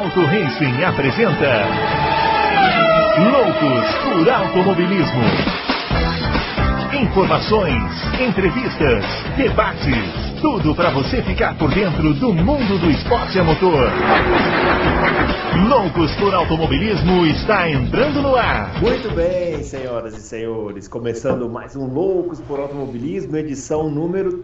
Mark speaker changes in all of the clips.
Speaker 1: Adalto Racing apresenta Loucos por Automobilismo. Informações, entrevistas, debates, tudo para você ficar por dentro do mundo do esporte a motor. Loucos por Automobilismo está entrando no ar.
Speaker 2: Muito bem, senhoras e senhores, começando mais um Loucos por Automobilismo, edição número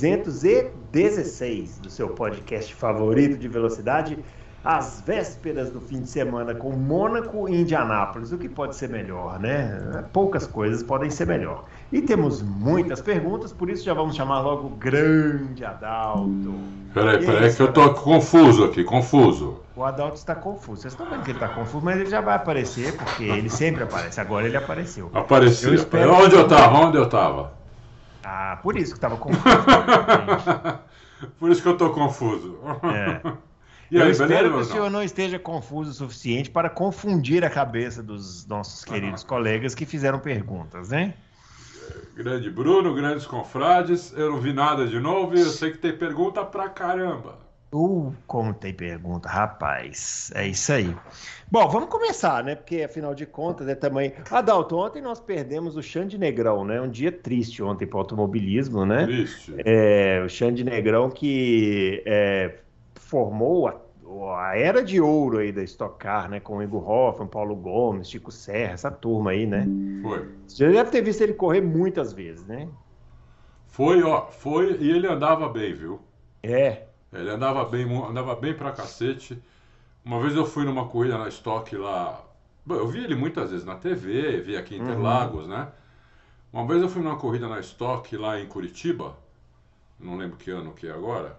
Speaker 2: 316 do seu podcast favorito de velocidade, às vésperas do fim de semana com Mônaco e Indianápolis. O que pode ser melhor, né? Poucas coisas podem ser melhor. E temos muitas perguntas, por isso já vamos chamar logo o grande Adalto.
Speaker 3: Peraí, que eu tô confuso aqui, confuso.
Speaker 2: O Adalto está confuso. Vocês estão vendo que ele está confuso, mas ele já vai aparecer, porque ele sempre aparece. Agora ele apareceu.
Speaker 3: Apareceu. Onde eu tava?
Speaker 2: Ah, por isso que estava confuso.
Speaker 3: Por isso que eu tô confuso.
Speaker 2: É.
Speaker 3: E aí,
Speaker 2: eu espero
Speaker 3: beleza,
Speaker 2: que o senhor não esteja confuso o suficiente para confundir a cabeça dos nossos queridos colegas que fizeram perguntas, né?
Speaker 3: Grande Bruno, grandes confrades, eu não vi nada de novo e eu sei que tem pergunta pra caramba.
Speaker 2: Como tem pergunta, rapaz. É isso aí. Bom, vamos começar, né? Porque, afinal de contas, é também... Adalto, ontem nós perdemos o Xande Negrão, né? Um dia triste ontem para o automobilismo, né?
Speaker 3: Triste.
Speaker 2: O Xande Negrão que formou a era de ouro aí da Stock Car, né? Com o Igor Hoffman, Paulo Gomes, Chico Serra, essa turma aí, né?
Speaker 3: Foi.
Speaker 2: Você já deve ter visto ele correr muitas vezes, né?
Speaker 3: Foi, e ele andava bem, viu? Ele andava bem pra cacete. Uma vez eu fui numa corrida na Stock lá. Bom, eu vi ele muitas vezes na TV, vi aqui em Interlagos, né? Uma vez eu fui numa corrida na Stock lá em Curitiba. Não lembro que ano que é agora.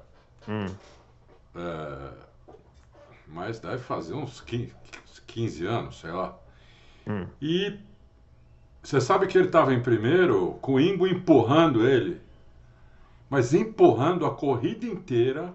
Speaker 3: Mas deve fazer uns 15 anos, sei lá. E você sabe que ele estava em primeiro com o Ingo empurrando ele. Mas empurrando a corrida inteira.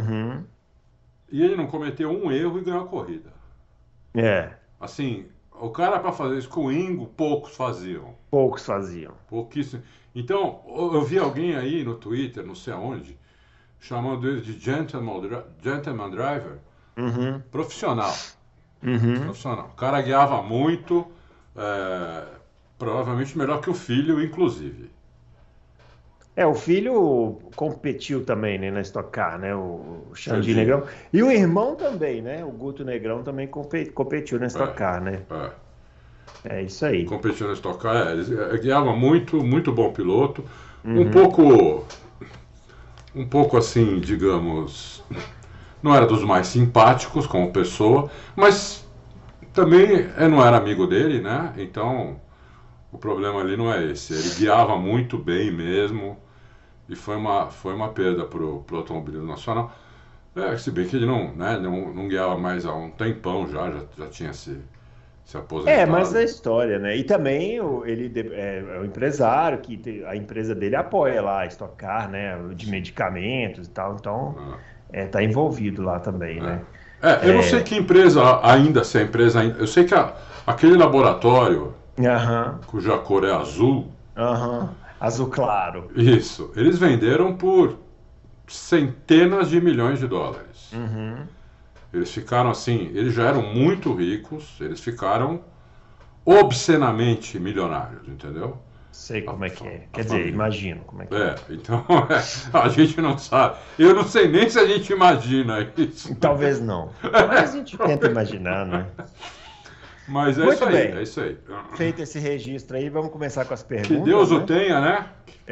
Speaker 3: E ele não cometeu um erro e ganhou a corrida. Assim, o cara, para fazer isso com o Ingo, poucos faziam. Pouquíssimo. Então, eu vi alguém aí no Twitter, não sei aonde, chamando ele de gentleman driver. Profissional. Profissional. O cara guiava muito, provavelmente melhor que o filho, inclusive.
Speaker 2: O filho competiu também, né, na Stock Car, né, o Xande Negrão. E o irmão também, né, o Guto Negrão também competiu na Stock Car, né. É isso aí.
Speaker 3: Competiu na Stock Car, ele guiava muito, muito bom piloto. Um pouco assim, digamos, não era dos mais simpáticos como pessoa, mas também não era amigo dele, né, então... O problema ali não é esse. Ele guiava muito bem mesmo e foi uma perda pro automobilismo nacional. Se bem que ele não guiava mais há um tempão já tinha se aposentado.
Speaker 2: Mas é história, né? E também ele é o empresário, que a empresa dele apoia lá a Stock Car, né? De medicamentos e tal, então tá envolvido lá também, né?
Speaker 3: Eu não sei que empresa ainda, se a empresa ainda... Eu sei que aquele laboratório... cuja cor é azul.
Speaker 2: Azul claro.
Speaker 3: Isso. Eles venderam por centenas de milhões de dólares. Eles ficaram assim, eles já eram muito ricos, eles ficaram obscenamente milionários, entendeu?
Speaker 2: Sei como é que é. Quer dizer, imagino como é que é.
Speaker 3: Então, a gente não sabe. Eu não sei nem se a gente imagina isso.
Speaker 2: Talvez não. Mas a gente tenta imaginar, né?
Speaker 3: Mas é
Speaker 2: Muito
Speaker 3: isso aí,
Speaker 2: bem.
Speaker 3: é isso aí.
Speaker 2: Feito esse registro aí, vamos começar com as perguntas.
Speaker 3: Que Deus o tenha, né?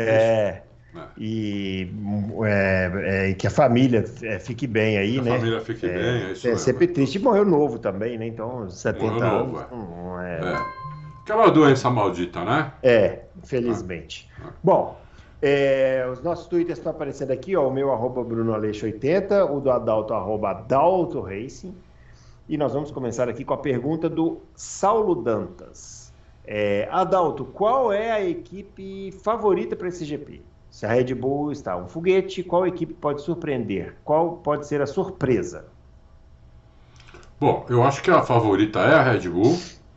Speaker 2: E que a família fique bem aí,
Speaker 3: que
Speaker 2: né?
Speaker 3: A família fique bem, é isso mesmo.
Speaker 2: Sempre triste. Morreu novo também, né? Então, 70 anos.
Speaker 3: Aquela doença maldita, né?
Speaker 2: Infelizmente. Bom, os nossos twitters estão aparecendo aqui, ó. O meu @BrunoAleixo80, o do Adalto, @AdaltoRacing. E nós vamos começar aqui com a pergunta do Saulo Dantas. Adalto, qual é a equipe favorita para esse GP? Se a Red Bull está um foguete, qual equipe pode surpreender? Qual pode ser a surpresa?
Speaker 3: Bom, eu acho que a favorita é a Red Bull.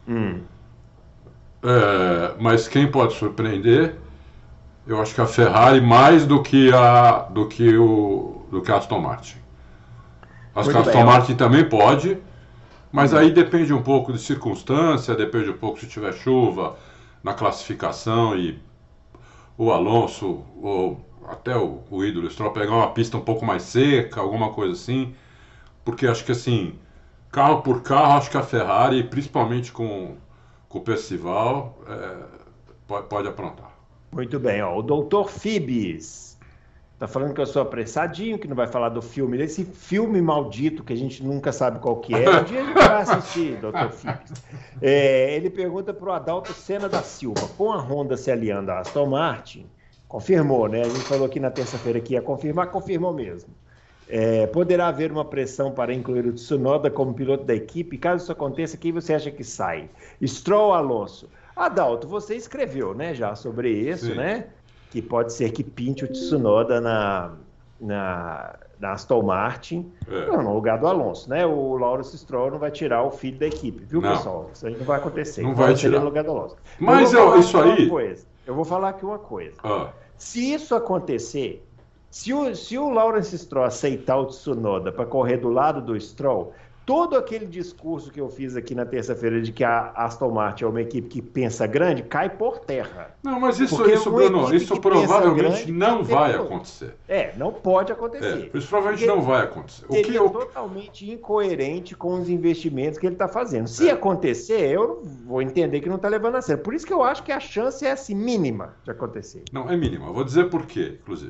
Speaker 3: Mas quem pode surpreender, eu acho que a Ferrari mais do que a Aston Martin. Acho que a Aston Martin também pode, mas aí depende um pouco de circunstância, depende um pouco se tiver chuva na classificação e o Alonso, ou até o ídolo Stroll pegar uma pista um pouco mais seca, alguma coisa assim, porque acho que assim, carro por carro, acho que a Ferrari, principalmente com o Percival, pode aprontar.
Speaker 2: Muito bem, ó, o Dr. Phoebes tá falando que eu sou apressadinho, que não vai falar do filme, desse filme maldito que a gente nunca sabe qual que é. Um dia a gente vai assistir, Dr. Phoebes. Ele pergunta para o Adalto Senna da Silva, com a Honda se aliando à Aston Martin, confirmou, né? A gente falou aqui na terça-feira que ia confirmar, confirmou mesmo. Poderá haver uma pressão para incluir o Tsunoda como piloto da equipe? Caso isso aconteça, quem você acha que sai? Stroll ou Alonso? Adalto, você escreveu, né, já sobre isso, sim, né? Que pode ser que pinte o Tsunoda na Aston Martin, no lugar do Alonso, né? O Lawrence Stroll não vai tirar o filho da equipe, viu, pessoal? Isso aí não vai acontecer.
Speaker 3: Não vai tirar
Speaker 2: no lugar do Alonso.
Speaker 3: Mas isso aí...
Speaker 2: Eu vou falar aqui uma coisa. Se isso acontecer, se o Lawrence Stroll aceitar o Tsunoda para correr do lado do Stroll, todo aquele discurso que eu fiz aqui na terça-feira de que a Aston Martin é uma equipe que pensa grande, cai por terra.
Speaker 3: Não, mas isso Bruno, isso provavelmente não vai acontecer.
Speaker 2: Não pode acontecer.
Speaker 3: Isso provavelmente não vai acontecer.
Speaker 2: Seria totalmente incoerente com os investimentos que ele está fazendo. Se acontecer, eu vou entender que não está levando a sério. Por isso que eu acho que a chance é assim, mínima de acontecer.
Speaker 3: Não, é mínima. Eu vou dizer por quê, inclusive.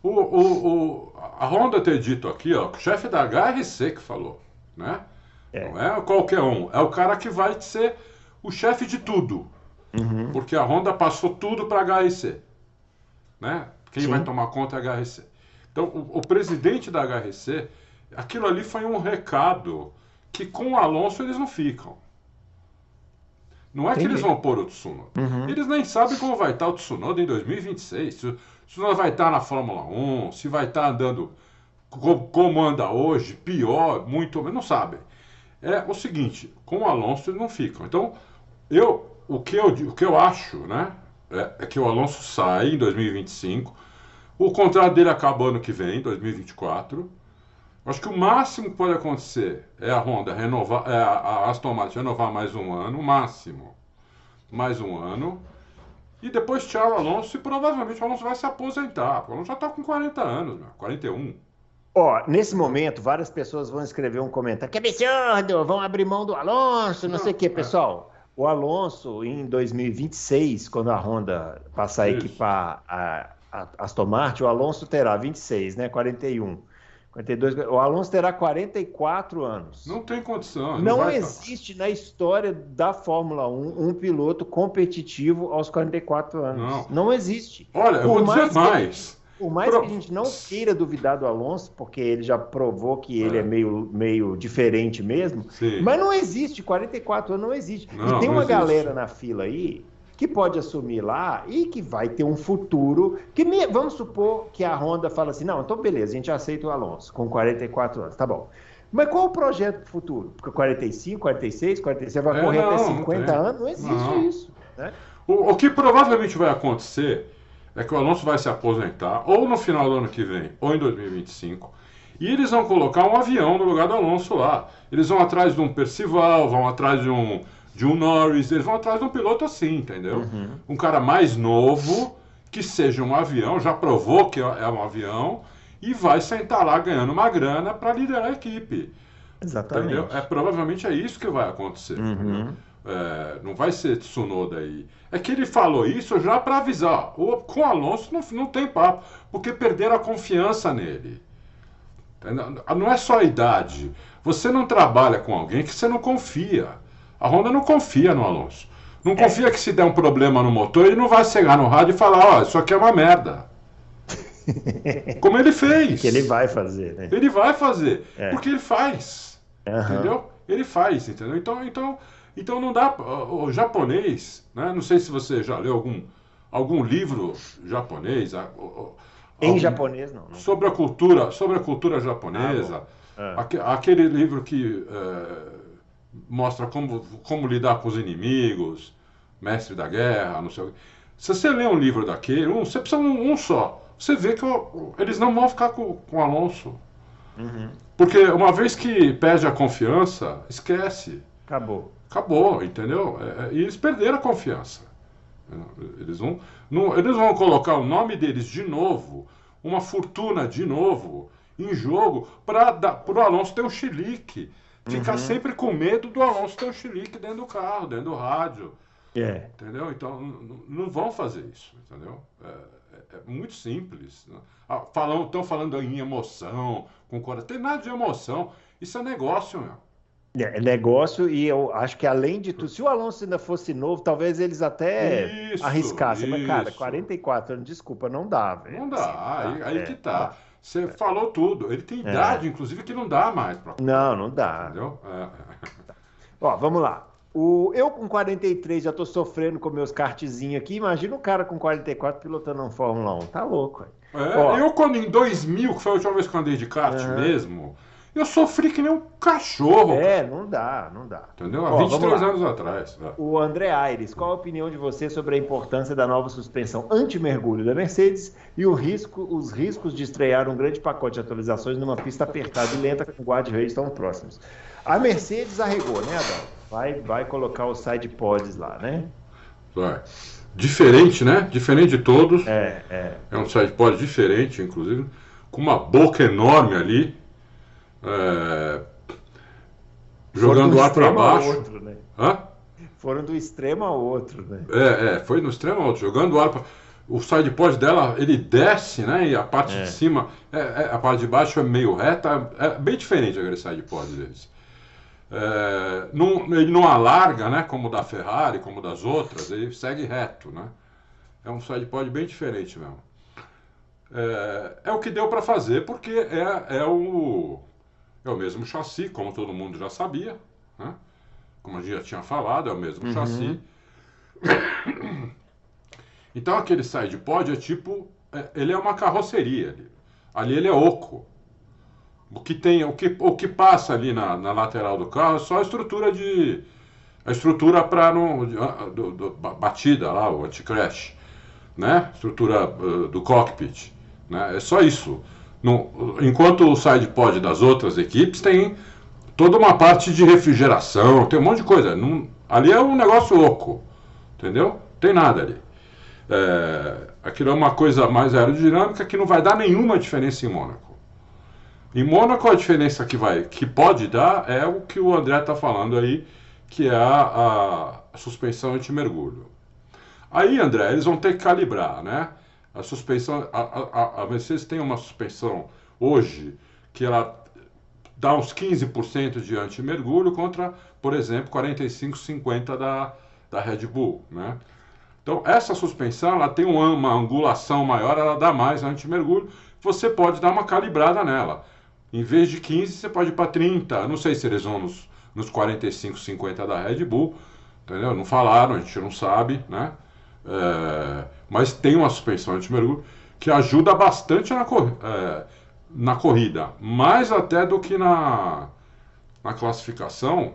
Speaker 3: A Honda ter dito aqui, ó, o chefe da HRC que falou. Né? Não é qualquer um, é o cara que vai ser o chefe de tudo, porque a Honda passou tudo para a HRC, né? Quem vai tomar conta é a HRC. Então o presidente da HRC, aquilo ali foi um recado que com o Alonso eles não ficam. Não é que eles vão pôr o Tsunoda, eles nem sabem como vai estar o Tsunoda em 2026, se o Tsunoda vai estar na Fórmula 1, se vai estar andando como anda hoje, pior, muito menos, não sabem. É o seguinte, com o Alonso eles não ficam. Então, o que eu acho, né, é que o Alonso sai em 2025, o contrato dele acaba ano que vem, 2024. Acho que o máximo que pode acontecer é a Honda renovar, a Aston Martin renovar mais um ano, o máximo, mais um ano. E depois tchau, Alonso, e provavelmente o Alonso vai se aposentar, porque o Alonso já está com 40 anos, 41.
Speaker 2: Nesse momento, várias pessoas vão escrever um comentário. Que absurdo! Vão abrir mão do Alonso, não sei o quê. Pessoal, o Alonso, em 2026, quando a Honda passar a equipar a Aston Martin, o Alonso terá 26, né? 41. 42, o Alonso terá 44 anos.
Speaker 3: Não tem condição.
Speaker 2: Não existe na história da Fórmula 1 um piloto competitivo aos 44 anos. Não existe.
Speaker 3: Olha, eu vou dizer mais.
Speaker 2: Por mais que a gente não queira duvidar do Alonso, porque ele já provou que ele é meio diferente mesmo, mas não existe, 44 anos não existe. E tem uma galera na fila aí que pode assumir lá e que vai ter um futuro, vamos supor que a Honda fala assim, não, então beleza, a gente aceita o Alonso com 44 anos, tá bom. Mas qual o projeto do futuro? Porque 45, 46, 47, vai correr até 50 anos? Não existe isso. Né?
Speaker 3: O que provavelmente vai acontecer é que o Alonso vai se aposentar ou no final do ano que vem, ou em 2025, e eles vão colocar um avião no lugar do Alonso lá. Eles vão atrás de um Percival, vão atrás de um Norris, eles vão atrás de um piloto assim, entendeu? Um cara mais novo, que seja um avião, já provou que é um avião, e vai sentar lá ganhando uma grana para liderar a equipe.
Speaker 2: Exatamente.
Speaker 3: Entendeu? Provavelmente é isso que vai acontecer. Não vai ser Tsunoda aí. É que ele falou isso já para avisar. Com o Alonso não tem papo, porque perderam a confiança nele. Não é só a idade. Você não trabalha com alguém que você não confia. A Honda não confia no Alonso. Não confia que se der um problema no motor, ele não vai chegar no rádio e falar, isso aqui é uma merda. Como ele fez.
Speaker 2: Que ele vai fazer, né?
Speaker 3: Ele vai fazer. Porque ele faz. Entendeu? Ele faz, entendeu? Então não dá. O japonês, né? Não sei se você já leu algum livro japonês.
Speaker 2: Em japonês, não.
Speaker 3: Sobre a cultura japonesa. Aquele livro que mostra como lidar com os inimigos, mestre da guerra, não sei o quê. Se você lê um livro daquele, você precisa um só. Você vê que eles não vão ficar com o Alonso. Porque uma vez que perde a confiança, esquece. Acabou, entendeu? E eles perderam a confiança. Eles vão colocar o nome deles de novo, uma fortuna de novo, em jogo, para o Alonso ter um chilique. Ficar sempre com medo do Alonso ter um chilique dentro do carro, dentro do rádio. Entendeu? Então, não vão fazer isso, entendeu? É muito simples. Estão falando em emoção, concorda? Tem nada de emoção. Isso é negócio, meu.
Speaker 2: É negócio, e eu acho que além de tudo, se o Alonso ainda fosse novo, talvez eles até arriscassem. Mas, cara, 44 anos, desculpa, não dá, velho.
Speaker 3: Não dá, assim, aí que tá. Você falou tudo. Ele tem idade, inclusive, que não dá mais pra...
Speaker 2: Não dá.
Speaker 3: Entendeu?
Speaker 2: Ó, vamos lá. Eu com 43 já tô sofrendo com meus kartzinhos aqui. Imagina o cara com 44 pilotando um Fórmula 1. Tá louco, velho.
Speaker 3: Eu quando em 2000, que foi a última vez que eu andei de kart mesmo, eu sofri que nem um cachorro.
Speaker 2: Não dá.
Speaker 3: Entendeu? Há 23 anos atrás.
Speaker 2: O André Aires, qual a opinião de você sobre a importância da nova suspensão anti-mergulho da Mercedes e os riscos de estrear um grande pacote de atualizações numa pista apertada e lenta com guarda-reis tão próximos? A Mercedes arregou, né, Adão? Vai colocar os side pods lá, né?
Speaker 3: Vai. Diferente, né? Diferente de todos.
Speaker 2: É
Speaker 3: um side pod diferente, inclusive, com uma boca enorme ali. Jogando o ar para baixo.
Speaker 2: Outro, né? Foram do extremo ao outro, né?
Speaker 3: Foi no extremo ao outro, jogando o ar para... O side pod dela, ele desce, né? E a parte de cima, a parte de baixo é meio reta. É bem diferente aquele side pod deles. Ele não alarga, né? Como o da Ferrari, como das outras. Ele segue reto, né? É um side pod bem diferente mesmo. É o que deu para fazer, porque é o mesmo chassi, como todo mundo já sabia, né? Como a gente já tinha falado, é o mesmo chassi. Então aquele side pod é tipo, ele é uma carroceria ali ele é oco. O que passa ali na lateral do carro é só a estrutura para batida lá, o anti-crash, né? Estrutura do cockpit, né? É só isso. Enquanto o side pod das outras equipes tem toda uma parte de refrigeração, tem um monte de coisa. Ali é um negócio oco, entendeu? Não tem nada ali. Aquilo é uma coisa mais aerodinâmica que não vai dar nenhuma diferença em Mônaco. Em Mônaco a diferença que pode dar é o que o André está falando aí, que é a suspensão anti-mergulho. Aí, André, eles vão ter que calibrar, né? A suspensão, a Mercedes tem uma suspensão hoje que ela dá uns 15% de anti-mergulho contra, por exemplo, 45, 50 da Red Bull, né? Então, essa suspensão, ela tem uma angulação maior, ela dá mais anti-mergulho, você pode dar uma calibrada nela. Em vez de 15, você pode ir para 30, não sei se eles vão nos 45, 50 da Red Bull, entendeu? Não falaram, a gente não sabe, né? Mas tem uma suspensão anti-mergulho que ajuda bastante na corrida, mais até do que na classificação.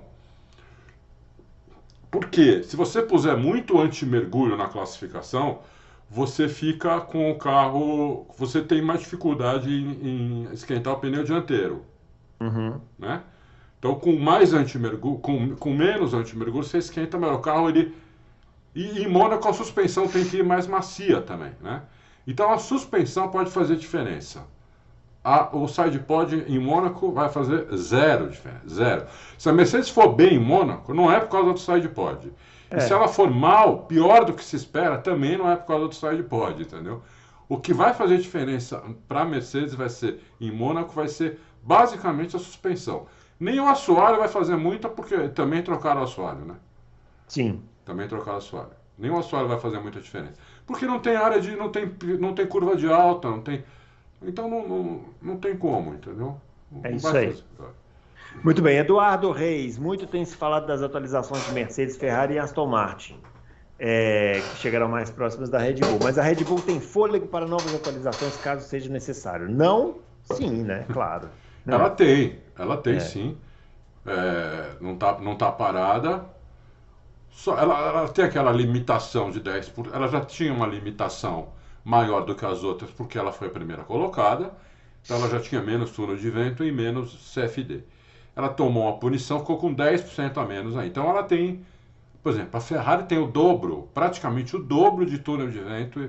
Speaker 3: Porque se você puser muito anti-mergulho na classificação, você fica com o carro, você tem mais dificuldade em esquentar o pneu dianteiro, né? Então, com mais anti-mergulho, com menos anti-mergulho, você esquenta melhor o carro. E em Mônaco a suspensão tem que ir mais macia também, né? Então a suspensão pode fazer diferença. O side pod em Mônaco vai fazer zero diferença, zero. Se a Mercedes for bem em Mônaco, não é por causa do side pod. E se ela for mal, pior do que se espera, também não é por causa do side pod, entendeu? O que vai fazer diferença para a Mercedes vai ser, em Mônaco, vai ser basicamente a suspensão. Nem o assoalho vai fazer muita, porque também trocaram o assoalho, né?
Speaker 2: Sim.
Speaker 3: Também trocaram o assoalho. Nem o assoalho vai fazer muita diferença. Porque não tem área de... não tem curva de alta, não tem... Então não tem como, entendeu?
Speaker 2: É isso aí. Muito bem. Eduardo Reis, muito tem se falado das atualizações de Mercedes, Ferrari e Aston Martin, que chegarão mais próximas da Red Bull. Mas a Red Bull tem fôlego para novas atualizações, caso seja necessário. Não? Sim, né? Claro. Não.
Speaker 3: Ela tem sim. Não tá parada. Só, ela tem aquela limitação de 10%. Ela já tinha uma limitação maior do que as outras, porque ela foi a primeira colocada. Então ela já tinha menos túnel de vento e menos CFD. Ela tomou uma punição, ficou com 10% a menos aí. Então ela tem, por exemplo, a Ferrari tem o dobro, praticamente o dobro de túnel de vento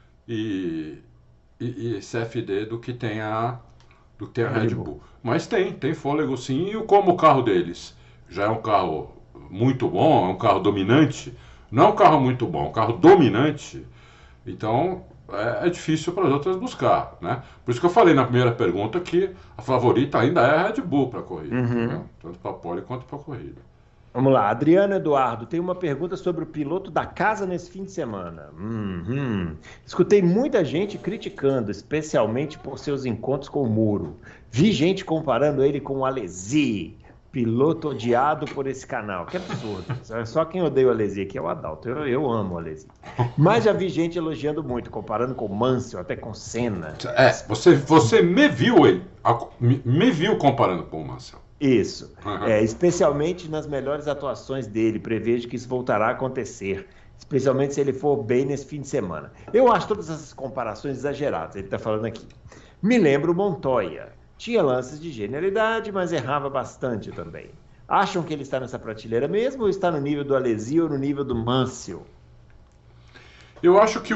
Speaker 3: e CFD do que tem a Red Bull. Mas tem fôlego sim, e como o carro deles já é um carro muito bom, é um carro dominante, não é um carro muito bom, é um carro dominante, então é difícil para as outras buscar, né? Por isso que eu falei na primeira pergunta que a favorita ainda é a Red Bull para a corrida, né? Tanto para a pole quanto para a corrida.
Speaker 2: Vamos lá, Adriano Eduardo tem uma pergunta sobre o piloto da casa nesse fim de semana. Escutei muita gente criticando, especialmente por seus encontros com o Muro. Vi gente comparando ele com o Alesi, piloto odiado por esse canal. Que absurdo. Só quem odeia o Alesi aqui é o Adalto. Eu amo o Alesi. Mas já vi gente elogiando muito, comparando com o Mansell, até com Senna.
Speaker 3: Você me viu me viu comparando com o Mansell.
Speaker 2: Isso, especialmente nas melhores atuações dele, prevejo que isso voltará a acontecer, especialmente se ele for bem nesse fim de semana. Eu acho todas essas comparações exageradas, ele está falando aqui. Me lembro o Montoya, tinha lances de genialidade, mas errava bastante também. Acham que ele está nessa prateleira mesmo ou está no nível do Alesi ou no nível do Mansell?
Speaker 3: Eu acho que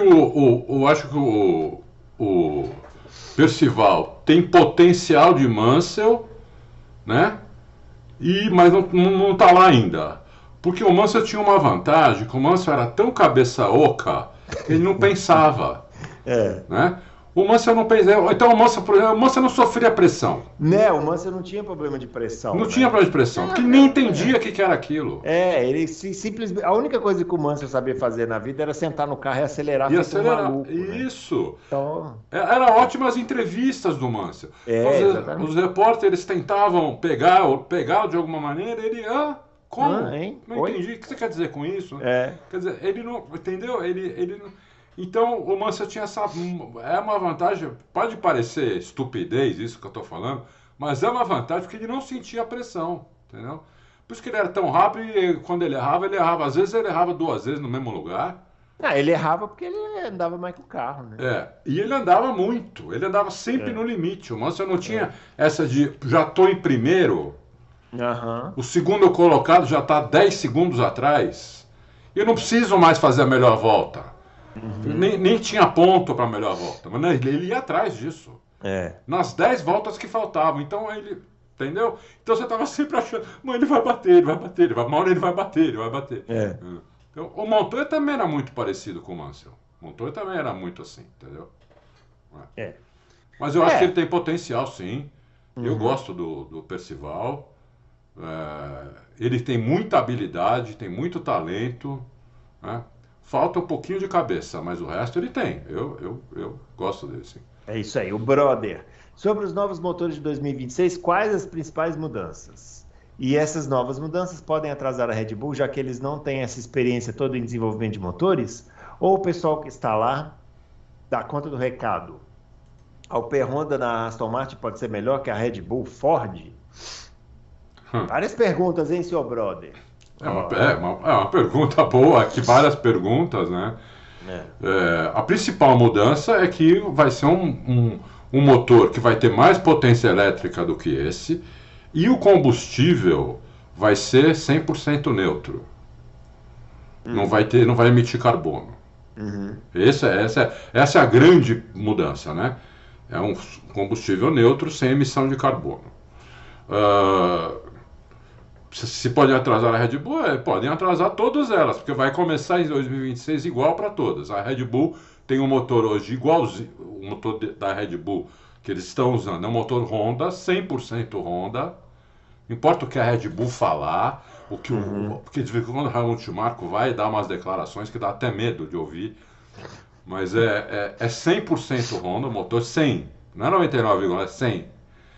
Speaker 3: o Percival tem potencial de Mansell, né? Mas não está lá ainda. Porque o Mansell tinha uma vantagem, que o Mansell era tão cabeça oca que ele não pensava. Né? O Mansell não pensava. Então o Mansell não sofria pressão.
Speaker 2: Né, o Mansell não tinha problema de pressão.
Speaker 3: Não tinha problema de pressão, porque ele nem entendia o que era aquilo.
Speaker 2: Ele simplesmente. A única coisa que o Mansell sabia fazer na vida era sentar no carro e acelerar.
Speaker 3: Um maluco, isso. Né? Então... Era ótimas entrevistas do Mansell. Os repórteres tentavam pegar de alguma maneira, ele. Como? Não entendi. O que você quer dizer com isso? Quer dizer, ele não. Entendeu? Ele não. Então, o Mansell tinha essa... É uma vantagem, pode parecer estupidez isso que eu estou falando, mas é uma vantagem porque ele não sentia a pressão, entendeu? Por isso que ele era tão rápido e quando ele errava. Às vezes ele errava 2 vezes no mesmo lugar.
Speaker 2: Ele errava porque ele andava mais com o carro, né?
Speaker 3: E ele andava muito, ele andava sempre no limite. O Mansell não tinha essa de, já estou em primeiro, o segundo colocado já está 10 segundos atrás, e eu não preciso mais fazer a melhor volta. Nem tinha ponto para a melhor volta, mas ele ia atrás disso. Nas 10 voltas que faltavam. Então ele. Entendeu? Então você estava sempre achando, ele vai bater, uma hora ele vai bater. Então, o Montoya também era muito parecido com o Mansell. O Montoya também era muito assim, entendeu? Mas eu acho que ele tem potencial, sim. Eu gosto do Percival. Ele tem muita habilidade, tem muito talento, né? Falta um pouquinho de cabeça, mas o resto ele tem. Eu gosto dele, sim.
Speaker 2: É isso aí, o brother. Sobre os novos motores de 2026, quais as principais mudanças? E essas novas mudanças podem atrasar a Red Bull, já que eles não têm essa experiência toda em desenvolvimento de motores? Ou o pessoal que está lá dá conta do recado? A Alpine Honda na Aston Martin pode ser melhor que a Red Bull Ford? Várias perguntas, hein, senhor brother?
Speaker 3: É uma pergunta boa, aqui várias perguntas, né? A principal mudança é que vai ser um motor que vai ter mais potência elétrica do que esse, e o combustível vai ser 100% neutro. Não vai emitir carbono. Essa é a grande mudança, né? É um combustível neutro sem emissão de carbono. Se podem atrasar a Red Bull, podem atrasar todas elas, porque vai começar em 2026 igual para todas. A Red Bull tem um motor hoje igualzinho, o motor da Red Bull que eles estão usando é um motor Honda, 100% Honda. Não importa o que a Red Bull falar, porque de vez em quando o Helmut Marko vai dar umas declarações que dá até medo de ouvir, mas é 100% Honda, o motor 100, não é 99, é 100.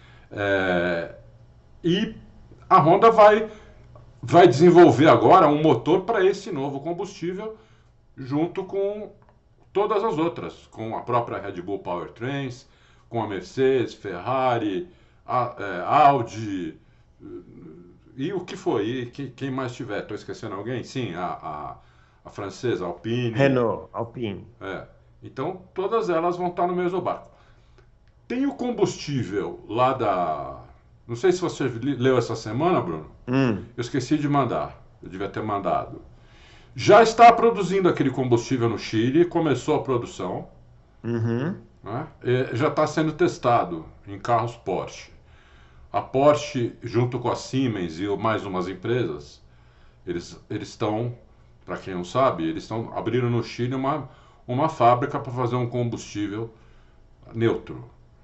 Speaker 3: E a Honda vai desenvolver agora um motor para esse novo combustível, junto com todas as outras, com a própria Red Bull Powertrains, com a Mercedes, Ferrari, Audi, e o que foi? E quem mais tiver? Estou esquecendo alguém? Sim, a francesa, Alpine.
Speaker 2: Renault, Alpine.
Speaker 3: Então, todas elas vão estar no mesmo barco. Tem o combustível lá da... Não sei se você leu essa semana, Bruno. Eu esqueci de mandar. Eu devia ter mandado. Já está produzindo aquele combustível no Chile, começou a produção. Né? Já está sendo testado em carros Porsche. A Porsche, junto com a Siemens e mais umas empresas, eles estão, para quem não sabe, eles estão abrindo no Chile uma fábrica para fazer um combustível neutro.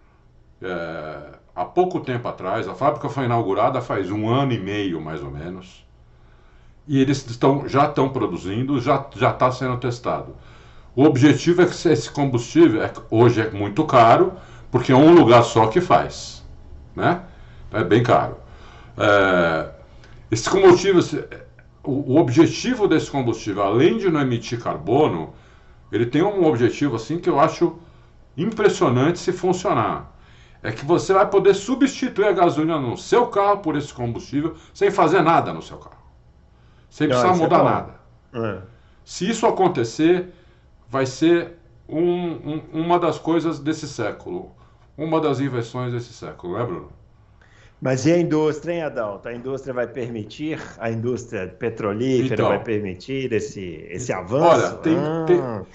Speaker 3: Há pouco tempo atrás, a fábrica foi inaugurada faz 1 ano e meio, mais ou menos, e eles já estão produzindo, já está sendo testado. O objetivo é que esse combustível, hoje é muito caro, porque é um lugar só que faz, né? É bem caro. Esse combustível, o objetivo desse combustível, além de não emitir carbono, ele tem um objetivo assim que eu acho impressionante se funcionar. É que você vai poder substituir a gasolina no seu carro por esse combustível sem fazer nada no seu carro. Sem precisar mudar nada. Se isso acontecer, vai ser uma das coisas desse século. Uma das invenções desse século, né, Bruno?
Speaker 2: Mas e a indústria, hein, Adalto? A indústria vai permitir? A indústria petrolífera vai permitir esse avanço?
Speaker 3: Olha,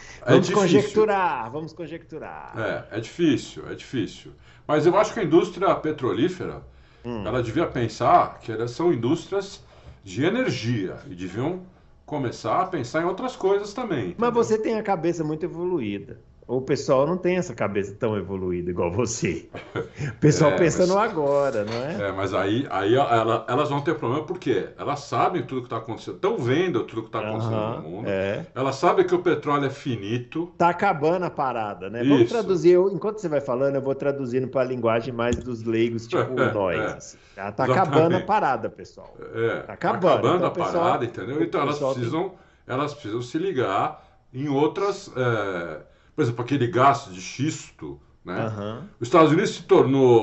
Speaker 2: vamos conjecturar.
Speaker 3: É difícil. Mas eu acho que a indústria petrolífera, ela devia pensar que elas são indústrias de energia e deviam começar a pensar em outras coisas também. Entendeu?
Speaker 2: Mas você tem a cabeça muito evoluída. O pessoal não tem essa cabeça tão evoluída igual você. O pessoal pensa no agora, não é?
Speaker 3: Mas aí elas vão ter problema porque elas sabem tudo que está acontecendo, estão vendo tudo que está acontecendo no mundo. Elas sabem que o petróleo é finito.
Speaker 2: Está acabando a parada, né? Vamos traduzir, enquanto você vai falando, eu vou traduzindo para a linguagem mais dos leigos, tipo nós. Está acabando a parada, pessoal.
Speaker 3: Está acabando então, a parada, entendeu? Então elas precisam se ligar em outras... Por exemplo, aquele gás de xisto, né? Os Estados Unidos se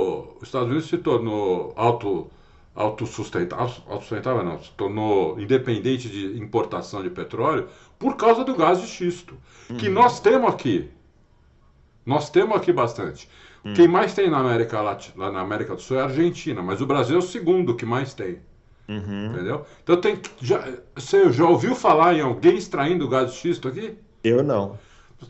Speaker 3: tornou autossustentável, não, se tornou independente de importação de petróleo por causa do gás de xisto, que nós temos aqui. Nós temos aqui bastante. Quem mais tem na América Latina, lá na América do Sul é a Argentina, mas o Brasil é o segundo que mais tem. Entendeu? Então você já ouviu falar em alguém extraindo gás de xisto aqui?
Speaker 2: Eu não.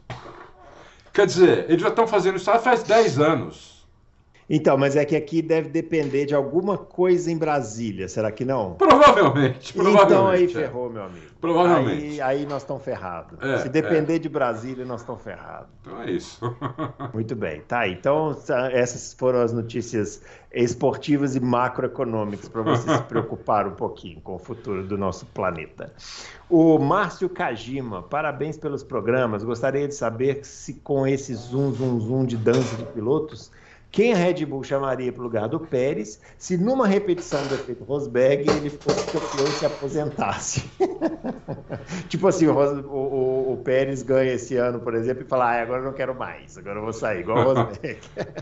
Speaker 3: Quer dizer, eles já estão fazendo isso faz 10 anos.
Speaker 2: Então, mas é que aqui deve depender de alguma coisa em Brasília, será que não?
Speaker 3: Provavelmente.
Speaker 2: Então aí ferrou, meu amigo.
Speaker 3: Provavelmente.
Speaker 2: Aí nós estamos ferrados. Se depender de Brasília, nós estamos ferrados.
Speaker 3: Então é isso.
Speaker 2: Muito bem, tá aí. Então, essas foram as notícias esportivas e macroeconômicas para você se preocupar um pouquinho com o futuro do nosso planeta. O Márcio Kajima, parabéns pelos programas. Gostaria de saber se com esse zoom de dança de pilotos, quem a Red Bull chamaria para o lugar do Pérez, se numa repetição do efeito Rosberg ele fosse campeão e se aposentasse. Tipo assim, o Pérez ganha esse ano, por exemplo, e fala, agora eu não quero mais, agora eu vou sair, igual o Rosberg.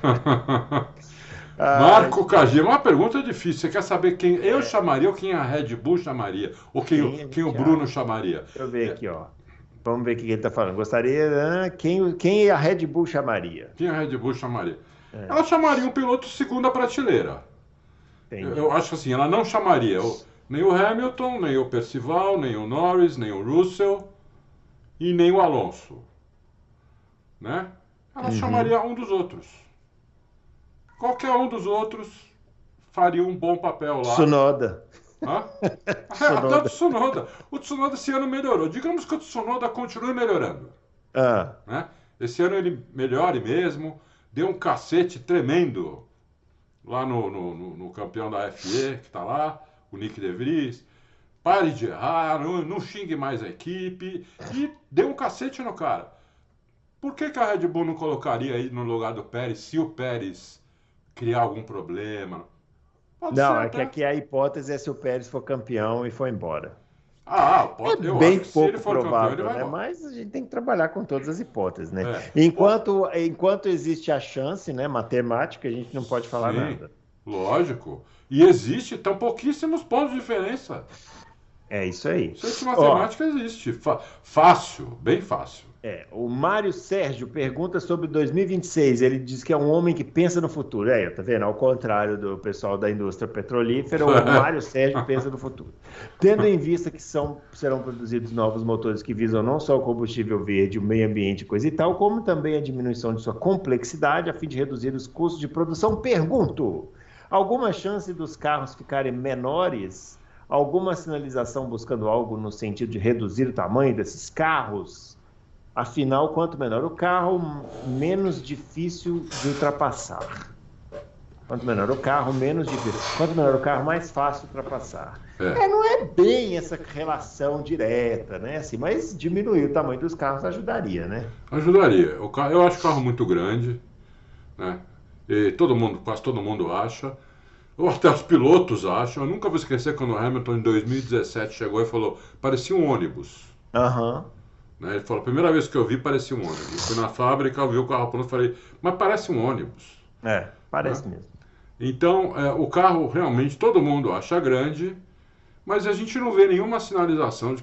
Speaker 3: Marco Kajima, uma pergunta difícil. Você quer saber quem eu chamaria ou quem a Red Bull chamaria? Ou quem o Bruno chamaria?
Speaker 2: Deixa eu ver aqui, ó. Vamos ver o que ele está falando. Gostaria... Quem a Red Bull chamaria?
Speaker 3: Quem a Red Bull chamaria? Ela chamaria um piloto segunda prateleira. Eu acho assim, ela não chamaria nem o Hamilton, nem o Percival, nem o Norris, nem o Russell e nem o Alonso. Né? Ela chamaria um dos outros. Qualquer um dos outros faria um bom papel lá.
Speaker 2: Tsunoda.
Speaker 3: Até o Tsunoda. O Tsunoda esse ano melhorou. Digamos que o Tsunoda continue melhorando. Né? Esse ano ele melhore mesmo. Deu um cacete tremendo lá no campeão da FE, que está lá, o Nick De Vries. Pare de errar, não xingue mais a equipe. E deu um cacete no cara. Por que a Red Bull não colocaria aí no lugar do Pérez, se o Pérez criar algum problema?
Speaker 2: Não, que aqui a hipótese é se o Pérez for campeão e for embora.
Speaker 3: Pode, eu
Speaker 2: bem
Speaker 3: acho que
Speaker 2: pouco
Speaker 3: se ele for
Speaker 2: provável,
Speaker 3: campeão,
Speaker 2: né? Mas a gente tem que trabalhar com todas as hipóteses, né? Enquanto existe a chance, né, matemática, a gente não pode falar nada.
Speaker 3: Lógico. E estão pouquíssimos pontos de diferença.
Speaker 2: É isso aí.
Speaker 3: Ciência de matemática existe. Fácil, bem fácil.
Speaker 2: O Mário Sérgio pergunta sobre 2026. Ele diz que é um homem que pensa no futuro. Tá vendo? Ao contrário do pessoal da indústria petrolífera, o Mário Sérgio pensa no futuro. Tendo em vista que serão produzidos novos motores que visam não só o combustível verde, o meio ambiente e coisa e tal, como também a diminuição de sua complexidade, a fim de reduzir os custos de produção, pergunto: alguma chance dos carros ficarem menores? Alguma sinalização buscando algo no sentido de reduzir o tamanho desses carros? Afinal, quanto menor o carro, menos difícil de ultrapassar. Quanto menor o carro, menos difícil. Quanto menor o carro, mais fácil de ultrapassar. Não é bem essa relação direta, né? Assim, mas diminuir o tamanho dos carros ajudaria, né?
Speaker 3: Ajudaria. Eu acho o carro muito grande, né? E quase todo mundo acha. Ou até os pilotos acham. Eu nunca vou esquecer quando o Hamilton, em 2017, chegou e falou: parecia um ônibus. Ele falou: a primeira vez que eu vi, parecia um ônibus. Eu fui na fábrica, eu vi o carro pronto e falei: mas parece um ônibus.
Speaker 2: Parece mesmo.
Speaker 3: Então, o carro realmente todo mundo acha grande, mas a gente não vê nenhuma sinalização de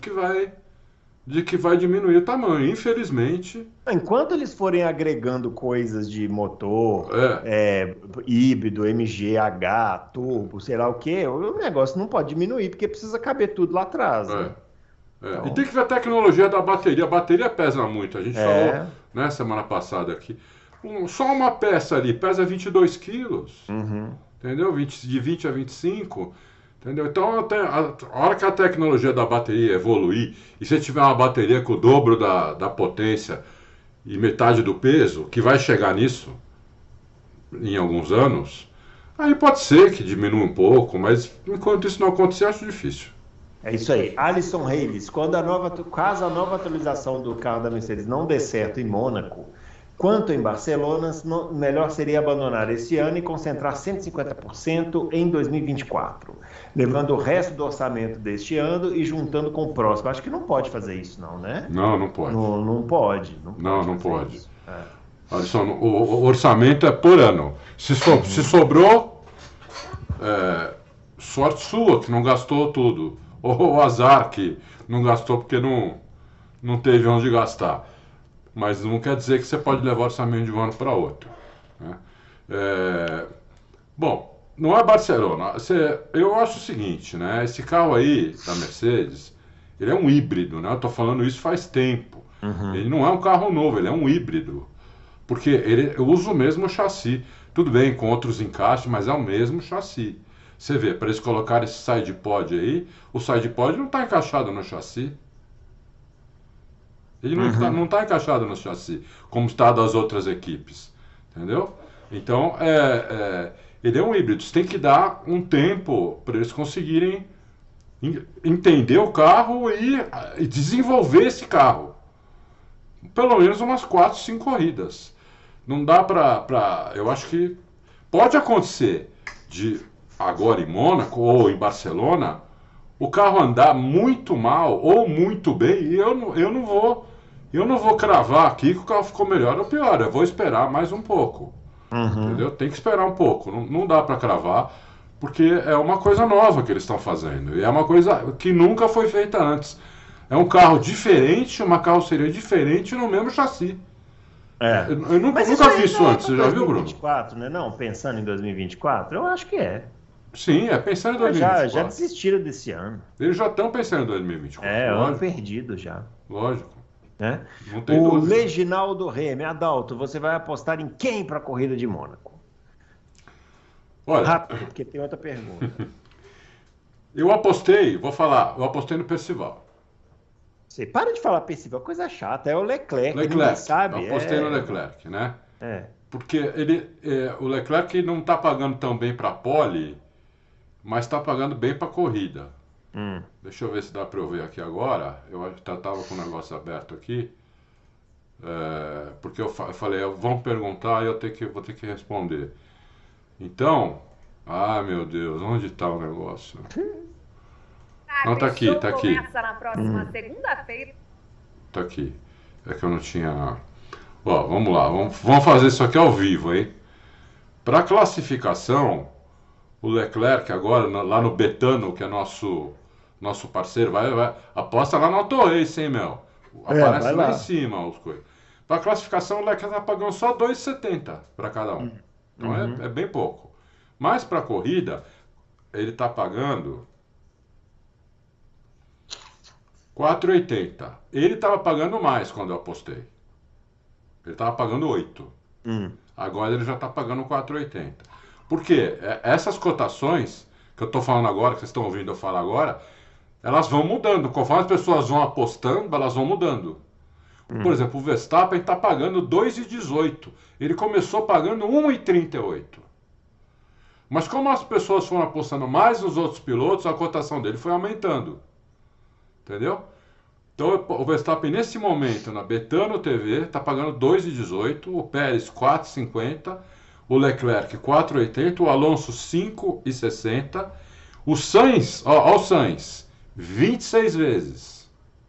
Speaker 3: que vai diminuir o tamanho, infelizmente.
Speaker 2: Enquanto eles forem agregando coisas de motor, híbrido, MGH, turbo, sei lá o quê, o negócio não pode diminuir, porque precisa caber tudo lá atrás, né?
Speaker 3: Então... E tem que ver a tecnologia da bateria. A bateria pesa muito. A gente falou, né, semana passada aqui. Só uma peça ali pesa 22 quilos. Entendeu? De 20 a 25. Entendeu? Então, a hora que a tecnologia da bateria evoluir, e se tiver uma bateria com o dobro da potência e metade do peso, que vai chegar nisso em alguns anos, aí pode ser que diminua um pouco, mas enquanto isso não acontecer, acho difícil.
Speaker 2: É isso aí. Alisson Reis, caso a nova atualização do carro da Mercedes não dê certo em Mônaco, quanto em Barcelona, melhor seria abandonar esse ano e concentrar 150% em 2024, levando o resto do orçamento deste ano e juntando com o próximo. Acho que não pode fazer isso, não, né?
Speaker 3: Não pode.
Speaker 2: Não pode.
Speaker 3: Não pode. Alisson, o orçamento é por ano. Se sobrou, sorte sua que não gastou tudo. Ou o azar que não gastou porque não teve onde gastar. Mas não quer dizer que você pode levar o orçamento de um ano para outro, né? Bom, não é Barcelona. Eu acho o seguinte, né? Esse carro aí da Mercedes, ele é um híbrido, né? Eu estou falando isso faz tempo. Ele não é um carro novo, ele é um híbrido. Porque ele usa o mesmo chassi. Tudo bem, com outros encaixes, mas é o mesmo chassi. Você vê, para eles colocarem esse sidepod aí, o sidepod não está encaixado no chassi. Ele não está encaixado no chassi, como está das outras equipes. Entendeu? Então, ele é um híbrido. Você tem que dar um tempo para eles conseguirem entender o carro e desenvolver esse carro. Pelo menos umas 4, 5 corridas. Não dá para... Eu acho que pode acontecer de... agora em Mônaco ou em Barcelona, o carro andar muito mal ou muito bem, e eu não vou cravar aqui que o carro ficou melhor ou pior, eu vou esperar mais um pouco. Entendeu? Tem que esperar um pouco, não dá para cravar, porque é uma coisa nova que eles estão fazendo, e é uma coisa que nunca foi feita antes. É um carro diferente, uma carroceria diferente no mesmo chassi. Eu nunca vi isso antes, você já viu, Bruno?
Speaker 2: 2024, né? Não, pensando em 2024, eu acho que é.
Speaker 3: Sim, pensando em 2024.
Speaker 2: Já desistiram desse ano.
Speaker 3: Eles já estão pensando em 2024.
Speaker 2: Ano perdido já.
Speaker 3: Lógico.
Speaker 2: Né?
Speaker 3: Não tem
Speaker 2: o
Speaker 3: dúvida.
Speaker 2: Reginaldo Remy, Adalto, você vai apostar em quem para a corrida de Mônaco?
Speaker 3: Olha,
Speaker 2: rápido, porque tem outra pergunta.
Speaker 3: eu apostei no Percival.
Speaker 2: Você para de falar Percival, coisa chata, é o Leclerc. Ninguém sabe.
Speaker 3: Eu apostei no Leclerc, né? Porque o Leclerc não está pagando tão bem para a pole, mas está pagando bem para a corrida. Deixa eu ver se dá para eu ver aqui agora. Eu estava com o negócio aberto aqui. Porque eu falei, vão perguntar e vou ter que responder. Então, meu Deus, onde está o negócio? Não, tá aqui.
Speaker 4: Começa na próxima segunda-feira.
Speaker 3: Tá aqui. É que eu não tinha... Ó, vamos lá, vamos fazer isso aqui ao vivo, hein? Para classificação, o Leclerc agora, lá no Betano, que é nosso parceiro, vai aposta lá no Auto Race, hein, Mel? Aparece lá em cima os coisas. Para classificação, o Leclerc tá pagando só 2,70 para cada um. Então é bem pouco. Mas para corrida, ele tá pagando 4,80. Ele estava pagando mais quando eu apostei. Ele estava pagando 8. Agora ele já está pagando 4,80. Por quê? Essas cotações que eu estou falando agora, que vocês estão ouvindo eu falar agora, elas vão mudando. Conforme as pessoas vão apostando, elas vão mudando. Por exemplo, o Verstappen está pagando 2,18. Ele começou pagando 1,38. Mas como as pessoas foram apostando mais nos outros pilotos, a cotação dele foi aumentando. Entendeu? Então o Verstappen nesse momento na Betano TV está pagando 2,18, o Pérez 4,50, o Leclerc 4,80, o Alonso 5,60, o Sainz, ó o Sainz, 26 vezes.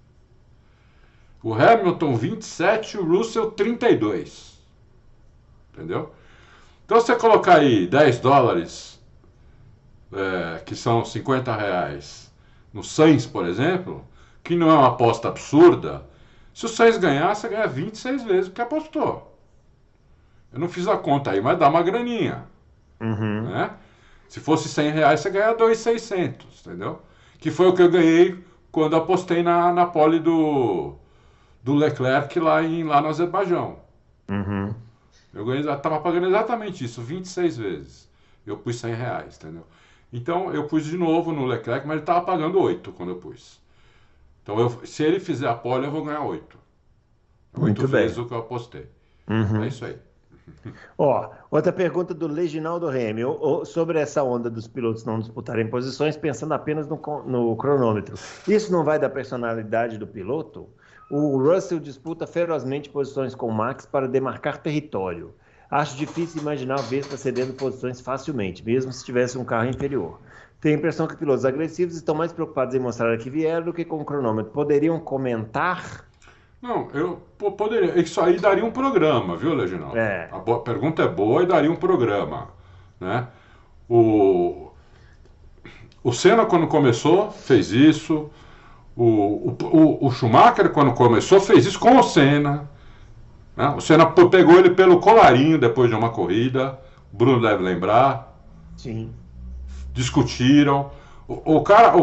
Speaker 3: O Hamilton 27 e o Russell 32. Entendeu? Então se você colocar aí 10 dólares, que são 50 reais, no Sainz, por exemplo, que não é uma aposta absurda, se o Sainz ganhar, você ganha 26 vezes o que apostou. Eu não fiz a conta aí, mas dá uma graninha. Né? Se fosse 100 reais, você ganha 2.600, entendeu? Que foi o que eu ganhei quando apostei na pole do Leclerc lá no Azerbaijão. Eu estava pagando exatamente isso, 26 vezes. Eu pus 100 reais, entendeu? Então eu pus de novo no Leclerc, mas ele estava pagando 8 quando eu pus. Então se ele fizer a pole, eu vou ganhar 8. 8 vezes o que eu apostei. É isso aí.
Speaker 2: Outra pergunta do Reginaldo Remy, sobre essa onda dos pilotos não disputarem posições, pensando apenas no cronômetro. Isso não vai da personalidade do piloto? O Russell disputa ferozmente posições com o Max para demarcar território. Acho difícil imaginar o Vespa cedendo posições facilmente, mesmo se tivesse um carro inferior. Tenho a impressão que pilotos agressivos estão mais preocupados em mostrar que vieram do que com o cronômetro. Poderiam comentar?
Speaker 3: Não, eu poderia. Isso aí daria um programa, viu, Reginaldo? A pergunta é boa e daria um programa. Né? O Senna, quando começou, fez isso. O Schumacher, quando começou, fez isso com o Senna. Né? O Senna pegou ele pelo colarinho depois de uma corrida. O Bruno deve lembrar.
Speaker 2: Sim.
Speaker 3: Discutiram. O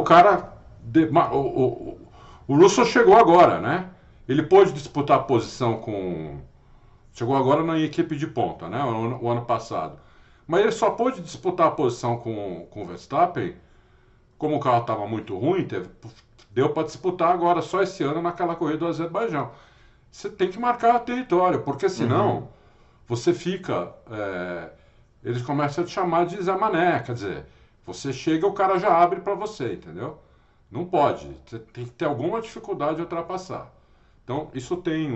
Speaker 3: Russell chegou agora, né? Ele pôde disputar a posição com... Chegou agora na equipe de ponta, né? O ano passado. Mas ele só pôde disputar a posição com o Verstappen, como o carro estava muito ruim, deu para disputar agora, só esse ano, naquela corrida do Azerbaijão. Você tem que marcar território, porque senão você fica... eles começam a te chamar de Zé Mané, quer dizer, você chega o cara já abre para você, entendeu? Não pode, você tem que ter alguma dificuldade de ultrapassar. Então, isso tem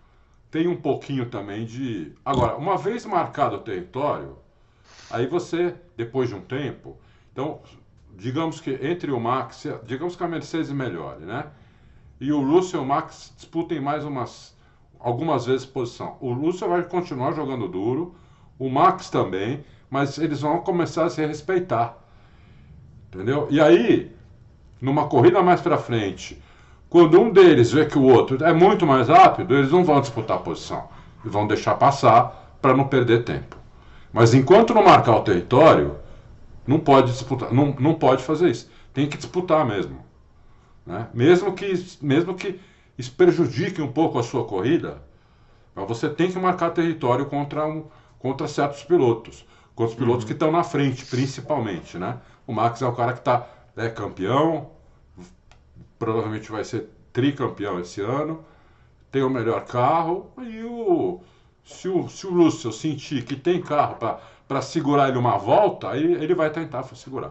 Speaker 3: um pouquinho também de... Agora, uma vez marcado o território, aí você, depois de um tempo... Então, digamos que entre o Max... Digamos que a Mercedes melhore, né? E o Russell e o Max disputem mais algumas vezes posição. O Russell vai continuar jogando duro, o Max também, mas eles vão começar a se respeitar. Entendeu? E aí, numa corrida mais pra frente... Quando um deles vê que o outro é muito mais rápido, eles não vão disputar a posição. Eles vão deixar passar para não perder tempo. Mas enquanto não marcar o território, não pode disputar, não pode fazer isso. Tem que disputar mesmo. Né? Mesmo que isso prejudique um pouco a sua corrida, mas você tem que marcar território contra certos pilotos. Contra os pilotos que estão na frente, principalmente. Né? O Max é o cara que é campeão, provavelmente vai ser tricampeão esse ano, tem o melhor carro, e se o Russell sentir que tem carro para segurar ele uma volta, aí ele vai tentar segurar.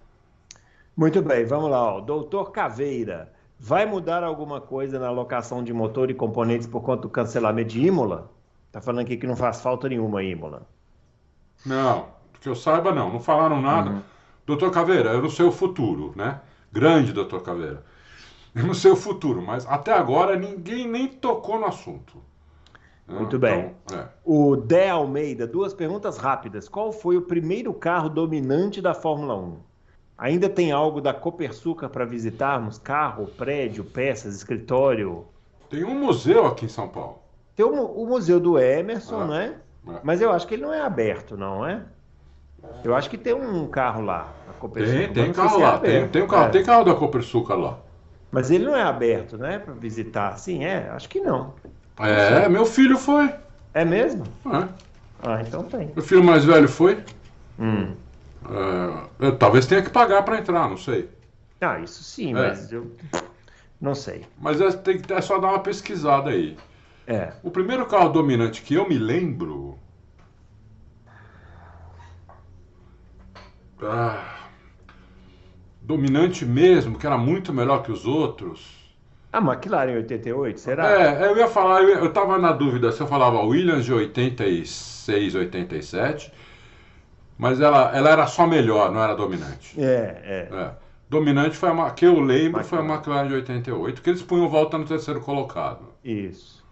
Speaker 2: Muito bem, vamos lá. Doutor Caveira, vai mudar alguma coisa na alocação de motor e componentes por conta do cancelamento de Imola? Está falando aqui que não faz falta nenhuma Imola.
Speaker 3: Não, que eu saiba não falaram nada. Doutor Caveira, eu não sei o futuro, né? Grande doutor Caveira. Eu não sei o futuro, mas até agora ninguém nem tocou no assunto.
Speaker 2: Muito bem. O Dé Almeida, 2 perguntas rápidas. Qual foi o primeiro carro dominante da Fórmula 1? Ainda tem algo da Copersucar para visitarmos? Carro, prédio, peças, escritório?
Speaker 3: Tem um museu aqui em São Paulo.
Speaker 2: Tem o Museu do Emerson, né?
Speaker 3: É.
Speaker 2: Mas eu acho que ele não é aberto, não é? Eu acho que tem um carro lá, na Copersucar.
Speaker 3: Tem carro lá, tem carro da Copersucar lá.
Speaker 2: Mas ele não é aberto, né? Para visitar, sim, Acho que não.
Speaker 3: Meu filho foi.
Speaker 2: É mesmo?
Speaker 3: É.
Speaker 2: Ah, então tem.
Speaker 3: Meu filho mais velho foi.
Speaker 2: Hum.
Speaker 3: Eu talvez tenha que pagar para entrar, não sei.
Speaker 2: Ah, isso sim, mas eu não sei.
Speaker 3: Mas é só dar uma pesquisada aí. O primeiro carro dominante que eu me lembro. Dominante mesmo, que era muito melhor que os outros.
Speaker 2: A McLaren em 88, será?
Speaker 3: Eu ia falar, eu tava na dúvida se eu falava Williams de 86, 87, mas ela era só melhor, não era dominante. Dominante foi que eu lembro foi a McLaren de 88, que eles punham volta no terceiro colocado.
Speaker 2: Isso.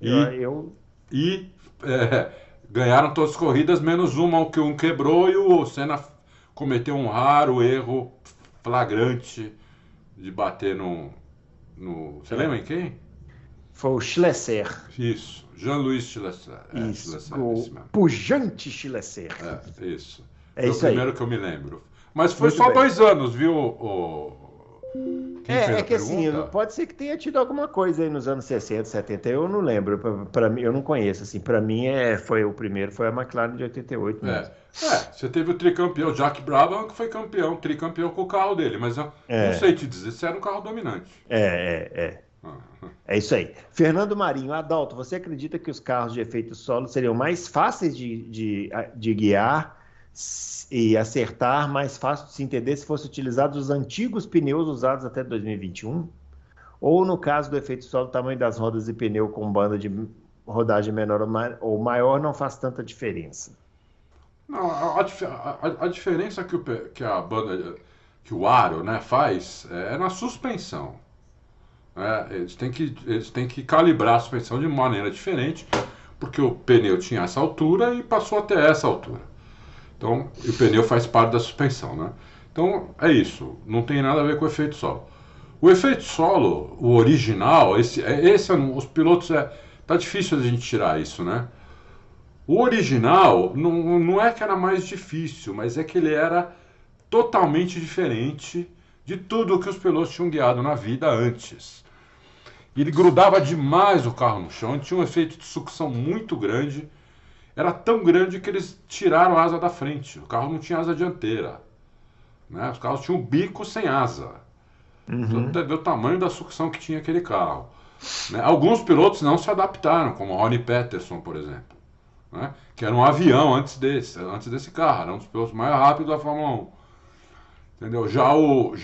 Speaker 3: E ganharam todas as corridas, menos uma que um quebrou e o Senna cometeu um raro erro flagrante de bater no... Você lembra em quem?
Speaker 2: Foi o Schlesser.
Speaker 3: Isso, Jean-Louis Schlesser.
Speaker 2: Isso, o pujante Schlesser.
Speaker 3: Isso.
Speaker 2: É isso
Speaker 3: o primeiro que eu me lembro. Mas foi só 2 anos, viu?
Speaker 2: Que assim, pode ser que tenha tido alguma coisa aí nos anos 60, 70, eu não lembro. Para mim, eu não conheço, assim. Para mim, o primeiro foi a McLaren de 88 mesmo.
Speaker 3: Você teve o tricampeão, Jack Brabham, que foi tricampeão com o carro dele, mas eu não sei te dizer se era um carro dominante.
Speaker 2: É isso aí. Fernando Marinho, Adalto, você acredita que os carros de efeito solo seriam mais fáceis de guiar e acertar, mais fácil de se entender se fossem utilizados os antigos pneus usados até 2021? Ou no caso do efeito solo, o tamanho das rodas e pneu com banda de rodagem menor ou maior não faz tanta diferença?
Speaker 3: Não, a diferença que a banda, que o aro, né, faz é na suspensão. Eles têm que calibrar a suspensão de maneira diferente, porque o pneu tinha essa altura e passou até essa altura. Então, o pneu faz parte da suspensão, né? Então, é isso. Não tem nada a ver com o efeito solo. O efeito solo, o original, os pilotos... Tá difícil a gente tirar isso, né? O original não é que era mais difícil, mas é que ele era totalmente diferente de tudo que os pilotos tinham guiado na vida antes. Ele grudava demais o carro no chão, tinha um efeito de sucção muito grande. Era tão grande que eles tiraram a asa da frente. O carro não tinha asa dianteira, né? Os carros tinham um bico sem asa. Então, entendeu o tamanho da sucção que tinha aquele carro, né? Alguns pilotos não se adaptaram, como Ronnie Peterson, por exemplo, né? Que era um avião antes desse carro. Era um dos pilotos mais rápidos da Fórmula 1. Entendeu? Já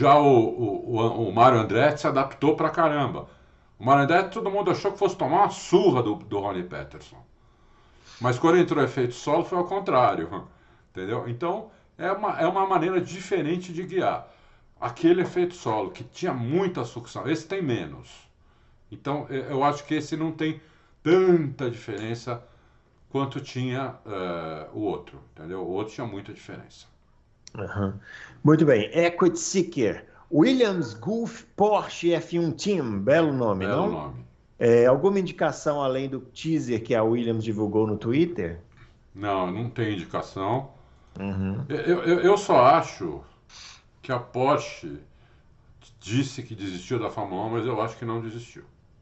Speaker 3: o Mário Andretti se adaptou pra caramba. O Mário Andretti, todo mundo achou que fosse tomar uma surra do Ronnie Peterson. Mas quando entrou o efeito solo foi ao contrário, entendeu? Então é uma maneira diferente de guiar. Aquele efeito solo que tinha muita sucção, esse tem menos. Então eu acho que esse não tem tanta diferença quanto tinha o outro, entendeu? O outro tinha muita diferença.
Speaker 2: Muito bem. Equity Seeker, Williams, Gulf, Porsche F1 Team, belo nome, não?
Speaker 3: Belo nome.
Speaker 2: Alguma indicação além do teaser que a Williams divulgou no Twitter?
Speaker 3: Não tem indicação. Eu só acho que a Porsche disse que desistiu da Fórmula 1, mas eu acho que não desistiu.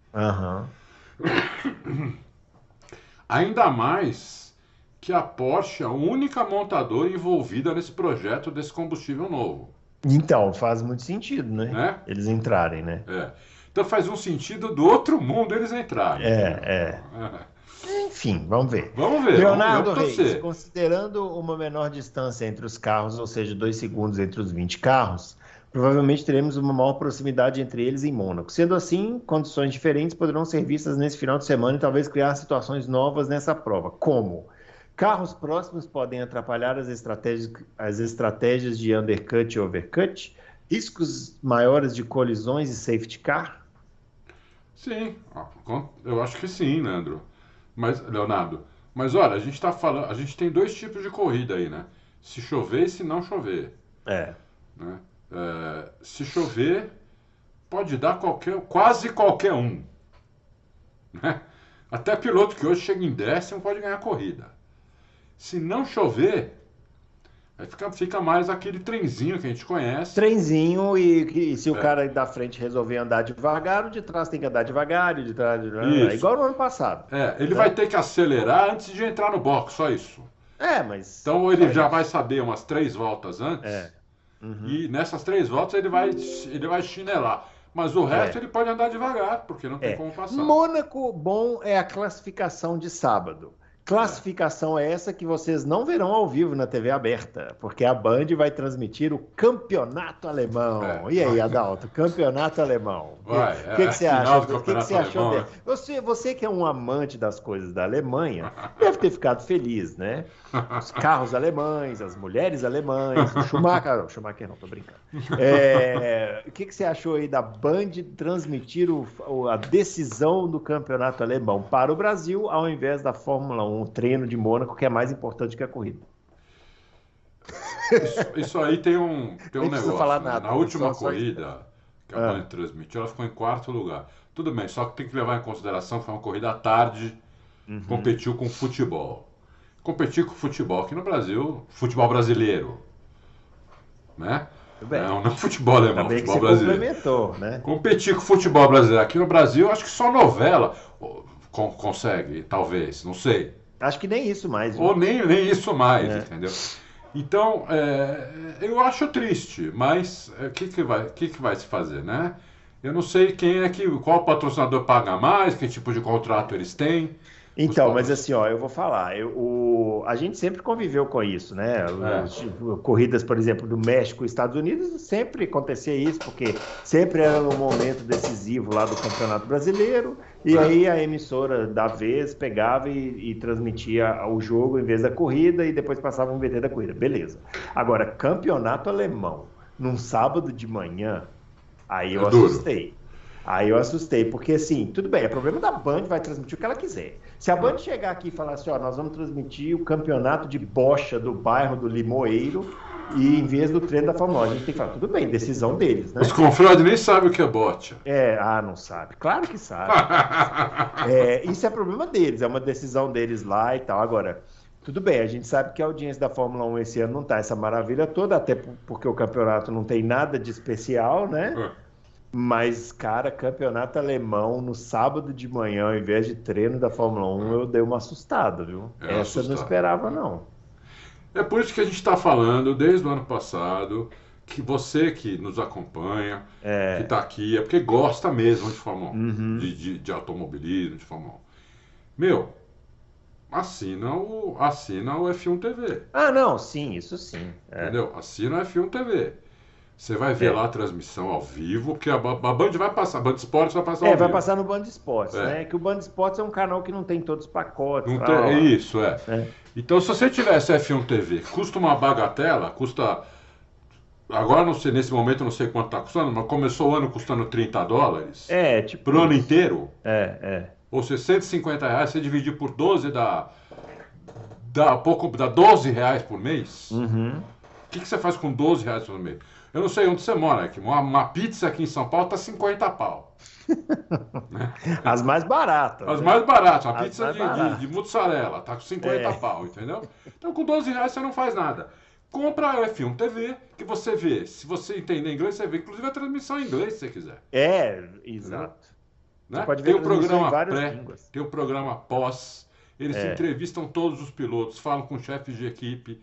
Speaker 3: Ainda mais que a Porsche é a única montadora envolvida nesse projeto desse combustível novo.
Speaker 2: Então, faz muito sentido, né? Eles entrarem, né?
Speaker 3: Então faz um sentido do outro mundo eles entrarem.
Speaker 2: Enfim, vamos ver.
Speaker 3: Leonardo
Speaker 2: Reis, considerando uma menor distância entre os carros, ou seja, 2 segundos entre os 20 carros, provavelmente teremos uma maior proximidade entre eles em Mônaco. Sendo assim, condições diferentes poderão ser vistas nesse final de semana e talvez criar situações novas nessa prova. Como? Carros próximos podem atrapalhar as estratégias de undercut e overcut? Riscos maiores de colisões e safety car?
Speaker 3: Sim, eu acho que sim, Leandro. Leonardo. Mas olha, a gente tá falando, a gente tem 2 tipos de corrida aí, né? Se chover e se não chover.
Speaker 2: Né?
Speaker 3: Se chover, pode dar quase qualquer um. Né? Até piloto que hoje chega em 10º pode ganhar a corrida. Se não chover, aí fica mais aquele trenzinho que a gente conhece.
Speaker 2: Trenzinho, e se o cara da frente resolver andar devagar, o de trás tem que andar devagar, o de trás... É igual no ano passado.
Speaker 3: Ele vai ter que acelerar antes de entrar no box, só isso.
Speaker 2: Mas...
Speaker 3: Então ele já vai saber umas 3 voltas antes, e nessas 3 voltas ele vai chinelar. Mas o resto ele pode andar devagar, porque não tem como passar.
Speaker 2: Mônaco, bom, é a classificação de sábado. Classificação é essa que vocês não verão ao vivo na TV aberta, porque a Band vai transmitir o Campeonato Alemão. E aí, Adalto, Campeonato Alemão. O que você acha? O que você achou dele? Você que é um amante das coisas da Alemanha, deve ter ficado feliz, né? Os carros alemães, as mulheres alemães, o Schumacher não, tô brincando. O que você achou aí da Band transmitir a decisão do Campeonato Alemão para o Brasil, ao invés da Fórmula 1? Um treino de Mônaco que é mais importante que a corrida.
Speaker 3: Isso aí tem um negócio.
Speaker 2: Falar nada,
Speaker 3: Na última corrida que a Band transmitiu, ela ficou em 4º lugar. Tudo bem, só que tem que levar em consideração que foi uma corrida à tarde, competiu com futebol. Competir com futebol aqui no Brasil, futebol brasileiro. Né? Não futebol alemão, futebol brasileiro.
Speaker 2: Né?
Speaker 3: Competir com futebol brasileiro aqui no Brasil, acho que só novela consegue, talvez, não sei.
Speaker 2: Acho que nem isso mais.
Speaker 3: Ou nem isso mais, entendeu? Então, eu acho triste, mas o que vai se fazer, né? Eu não sei qual patrocinador paga mais, que tipo de contrato eles têm.
Speaker 2: Então, mas assim, eu vou falar, a gente sempre conviveu com isso, né? Corridas, por exemplo, do México e Estados Unidos, sempre acontecia isso, porque sempre era no momento decisivo lá do Campeonato Brasileiro, e aí a emissora da vez pegava e transmitia o jogo em vez da corrida, e depois passava um VT da corrida, beleza. Agora, Campeonato Alemão, num sábado de manhã, aí eu assustei. Aí eu assustei, porque assim, tudo bem, é problema da Band, vai transmitir o que ela quiser. Se a Band chegar aqui e falar assim, nós vamos transmitir o campeonato de bocha do bairro do Limoeiro, e em vez do treino da Fórmula 1, a gente tem que falar, tudo bem, decisão deles, né?
Speaker 3: Os confrades nem sabem o que é bocha.
Speaker 2: Não sabe. Claro que sabe. Isso é problema deles, é uma decisão deles lá e tal. Agora, tudo bem, a gente sabe que a audiência da Fórmula 1 esse ano não tá essa maravilha toda, até porque o campeonato não tem nada de especial, né? Mas, cara, campeonato alemão no sábado de manhã, ao invés de treino da Fórmula 1, eu dei uma assustada, viu? Essa eu não esperava, não.
Speaker 3: É por isso que a gente está falando, desde o ano passado, que você que nos acompanha, que está aqui, é porque gosta mesmo de Fórmula 1, de automobilismo, de Fórmula 1. Assina o F1 TV.
Speaker 2: Não, sim, isso sim.
Speaker 3: Entendeu? Assina o F1 TV. Você vai ver lá a transmissão ao vivo, porque a Band vai passar, a Band Esportes vai passar ao vivo.
Speaker 2: Vai passar no Band Esportes, né? Que o Band Esportes é um canal que não tem todos os pacotes.
Speaker 3: Isso. Então, se você tivesse F1 TV, custa uma bagatela, agora não sei, nesse momento eu não sei quanto está custando, mas começou o ano custando $30. Pro ano inteiro. Ou seja, R$150, você dividir por 12 dá R$12 por mês. O que você faz com R$12 por mês? Eu não sei onde você mora, aqui. Uma pizza aqui em São Paulo tá 50 pau. Né?
Speaker 2: As mais baratas.
Speaker 3: As mais baratas. Uma pizza de mussarela tá com 50 pau, entendeu? Então com R$12 você não faz nada. Compra a F1 TV, que você vê. Se você entender inglês, você vê. Inclusive a transmissão em inglês, se você quiser.
Speaker 2: Exato.
Speaker 3: Né?
Speaker 2: Pode ver
Speaker 3: tem o programa pré,
Speaker 2: línguas.
Speaker 3: tem o programa pós. Eles entrevistam todos os pilotos, falam com chefes de equipe.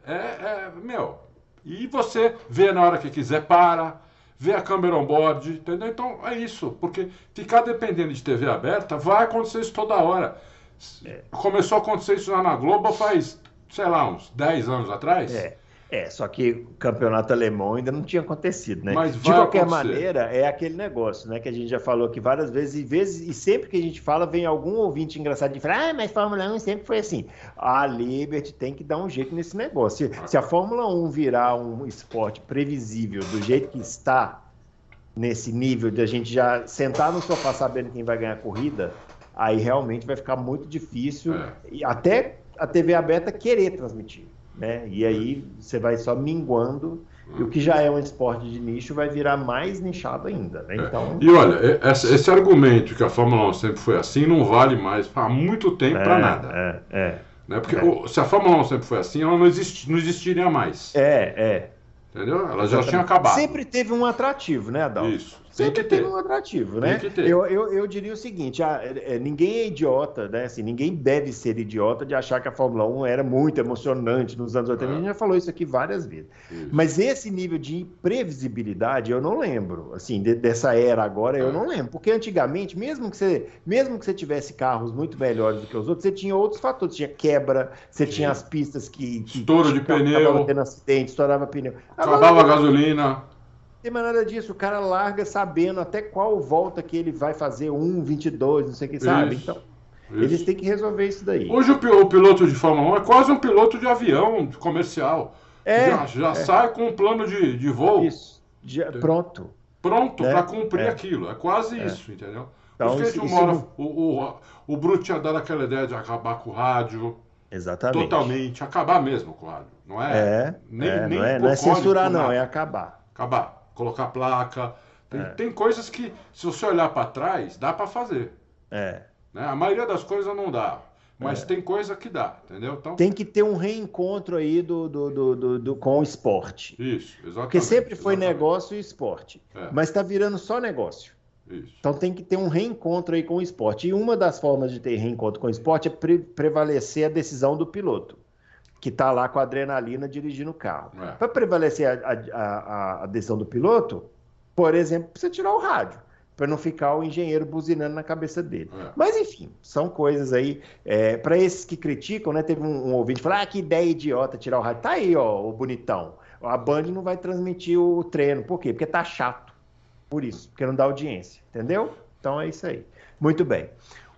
Speaker 3: E você vê na hora que quiser, vê a câmera on-board, entendeu? Então é isso, porque ficar dependendo de TV aberta, vai acontecer isso toda hora. Começou a acontecer isso lá na Globo faz, sei lá, uns 10 anos atrás.
Speaker 2: Só que o campeonato alemão ainda não tinha acontecido, né?
Speaker 3: Mas
Speaker 2: de qualquer maneira, é aquele negócio, né? Que a gente já falou aqui várias vezes, e sempre que a gente fala, vem algum ouvinte engraçado de falar, mas Fórmula 1 sempre foi assim. A Liberty tem que dar um jeito nesse negócio. Se a Fórmula 1 virar um esporte previsível do jeito que está, nesse nível de a gente já sentar no sofá sabendo quem vai ganhar a corrida, aí realmente vai ficar muito difícil, e até a TV aberta querer transmitir. Né? E aí você vai só minguando E o que já é um esporte de nicho vai virar mais nichado ainda, né? Então,
Speaker 3: E olha, esse argumento que a Fórmula 1 sempre foi assim não vale mais há muito tempo para nada. Né? Porque se a Fórmula 1 sempre foi assim, ela não existiria mais. Entendeu? Ela já tinha acabado.
Speaker 2: Sempre teve um atrativo, né, Adalto?
Speaker 3: Isso.
Speaker 2: Sempre teve um atrativo, né?
Speaker 3: Tem que ter.
Speaker 2: Eu diria o seguinte, ninguém é idiota, né? Assim, ninguém deve ser idiota de achar que a Fórmula 1 era muito emocionante nos anos 80. A gente já falou isso aqui várias vezes.
Speaker 3: Isso.
Speaker 2: Mas esse nível de imprevisibilidade eu não lembro. Assim, dessa era agora, eu não lembro. Porque antigamente, mesmo que você tivesse carros muito melhores do que os outros, você tinha outros fatores. Tinha quebra, você tinha as pistas que
Speaker 3: estouro de pneu,
Speaker 2: tendo acidente, estourava pneu.
Speaker 3: Acabava a gasolina.
Speaker 2: Não tem mais nada disso, o cara larga sabendo até qual volta que ele vai fazer, 22, não sei o que, sabe? Então, eles têm que resolver isso daí.
Speaker 3: Hoje o piloto de Fórmula 1 é quase um piloto de avião comercial. Já sai com um plano de voo.
Speaker 2: Isso, pronto.
Speaker 3: Pronto para cumprir aquilo. É quase isso, entendeu? Então, por isso o Bruto tinha dado aquela ideia de acabar com o rádio.
Speaker 2: Exatamente.
Speaker 3: Totalmente. Acabar mesmo com o rádio. Não é?
Speaker 2: Não é censurar, não, é acabar.
Speaker 3: Acabar. Colocar placa. Tem coisas que, se você olhar para trás, dá para fazer. Né? A maioria das coisas não dá. Mas tem coisa que dá, entendeu? Então,
Speaker 2: tem que ter um reencontro aí com o esporte.
Speaker 3: Isso, exatamente.
Speaker 2: Porque sempre foi negócio e esporte. Mas está virando só negócio.
Speaker 3: Isso.
Speaker 2: Então tem que ter um reencontro aí com o esporte. E uma das formas de ter reencontro com o esporte é prevalecer a decisão do piloto, que está lá com a adrenalina dirigindo o carro. Para prevalecer a decisão do piloto, por exemplo, precisa tirar o rádio, para não ficar o engenheiro buzinando na cabeça dele. Mas, enfim, são coisas aí. Para esses que criticam, né? Teve um ouvinte que falou: que ideia idiota tirar o rádio. Tá aí, ó, o bonitão. A Band não vai transmitir o treino. Por quê? Porque tá chato. Por isso, porque não dá audiência. Entendeu? Então é isso aí. Muito bem.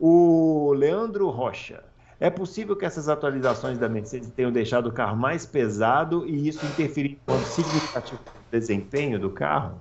Speaker 2: O Leandro Rocha. É possível que essas atualizações da Mercedes tenham deixado o carro mais pesado e isso interferir em modo significativo no desempenho do carro?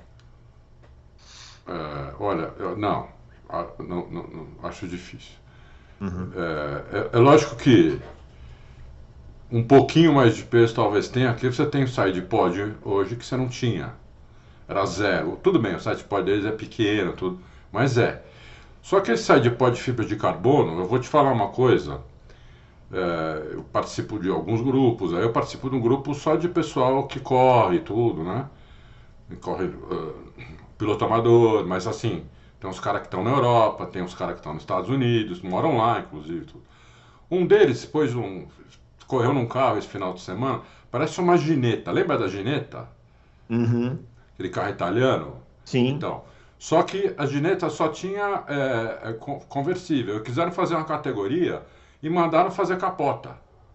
Speaker 3: Olha, não, acho difícil. É lógico que um pouquinho mais de peso talvez tenha. Aqui você tem o side pod hoje que você não tinha. Era 0. Tudo bem, o side pod deles é pequeno, tudo, mas Só que esse side pod de fibra de carbono, eu vou te falar uma coisa. Eu participo de alguns grupos, aí eu participo de um grupo só de pessoal que corre tudo, né? Corre piloto amador, mas assim, tem uns caras que estão na Europa, tem uns caras que estão nos Estados Unidos, moram lá, inclusive. Tudo. Um deles, correu num carro esse final de semana, parece uma Ginetta. Lembra da Ginetta? Aquele carro italiano?
Speaker 2: Sim.
Speaker 3: Então, só que a Ginetta só tinha conversível. Quiseram fazer uma categoria e mandaram fazer capota.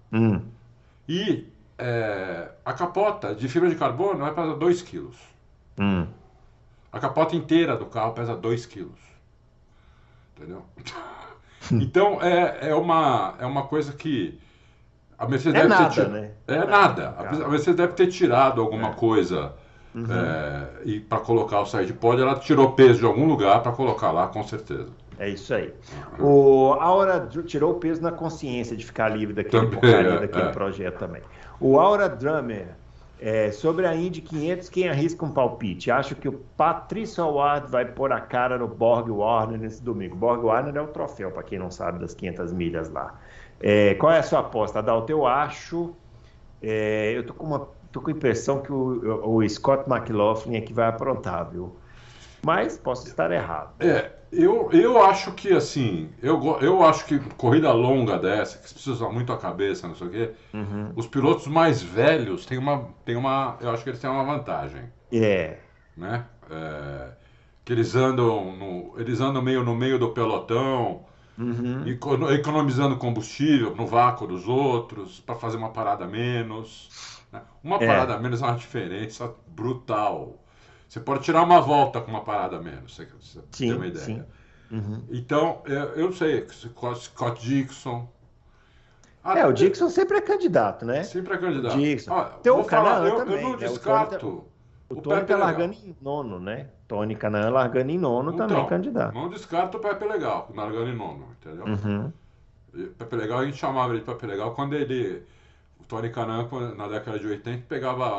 Speaker 3: E a capota de fibra de carbono vai pesar 2 quilos. A capota inteira do carro pesa 2 quilos. Entendeu? Então, é uma coisa que a Mercedes deve
Speaker 2: nada,
Speaker 3: ter
Speaker 2: né?
Speaker 3: nada. A Mercedes deve ter tirado alguma coisa e para colocar o side pod, ela tirou peso de algum lugar para colocar lá, com certeza.
Speaker 2: É isso aí. A Aura tirou o peso na consciência de ficar livre daquele projeto também. O Aura Drummer, sobre a Indy 500, quem arrisca um palpite? Acho que o Patrício Award vai pôr a cara no Borg Warner nesse domingo. Borg Warner é o troféu, para quem não sabe, das 500 milhas lá. Qual é a sua aposta, Adalto? Eu acho... eu tô com a impressão que o Scott McLaughlin é que vai aprontar, viu? Mas posso estar errado.
Speaker 3: Eu acho que assim, eu acho que corrida longa dessa, que precisa usar muito a cabeça, não sei o quê, os pilotos mais velhos têm uma, eu acho que eles têm uma vantagem. Né? Que eles andam meio no meio do pelotão, economizando combustível no vácuo dos outros, para fazer uma parada menos. Né? Uma parada a menos é uma diferença brutal. Você pode tirar uma volta com uma parada a menos, você tem uma ideia. Então, eu sei, Scott Dixon.
Speaker 2: O Dixon sempre é candidato, né?
Speaker 3: Sempre é candidato.
Speaker 2: Tem o Canaan
Speaker 3: eu
Speaker 2: também.
Speaker 3: Eu não descarto.
Speaker 2: O Tony tá largando em nono, né? Tony Canaan largando em nono, também é candidato.
Speaker 3: Não descarto o Pepe Legal, largando em nono, entendeu? Pepe Legal, a gente chamava ele de Pepe Legal quando o Tony Canaan, na década de 80, pegava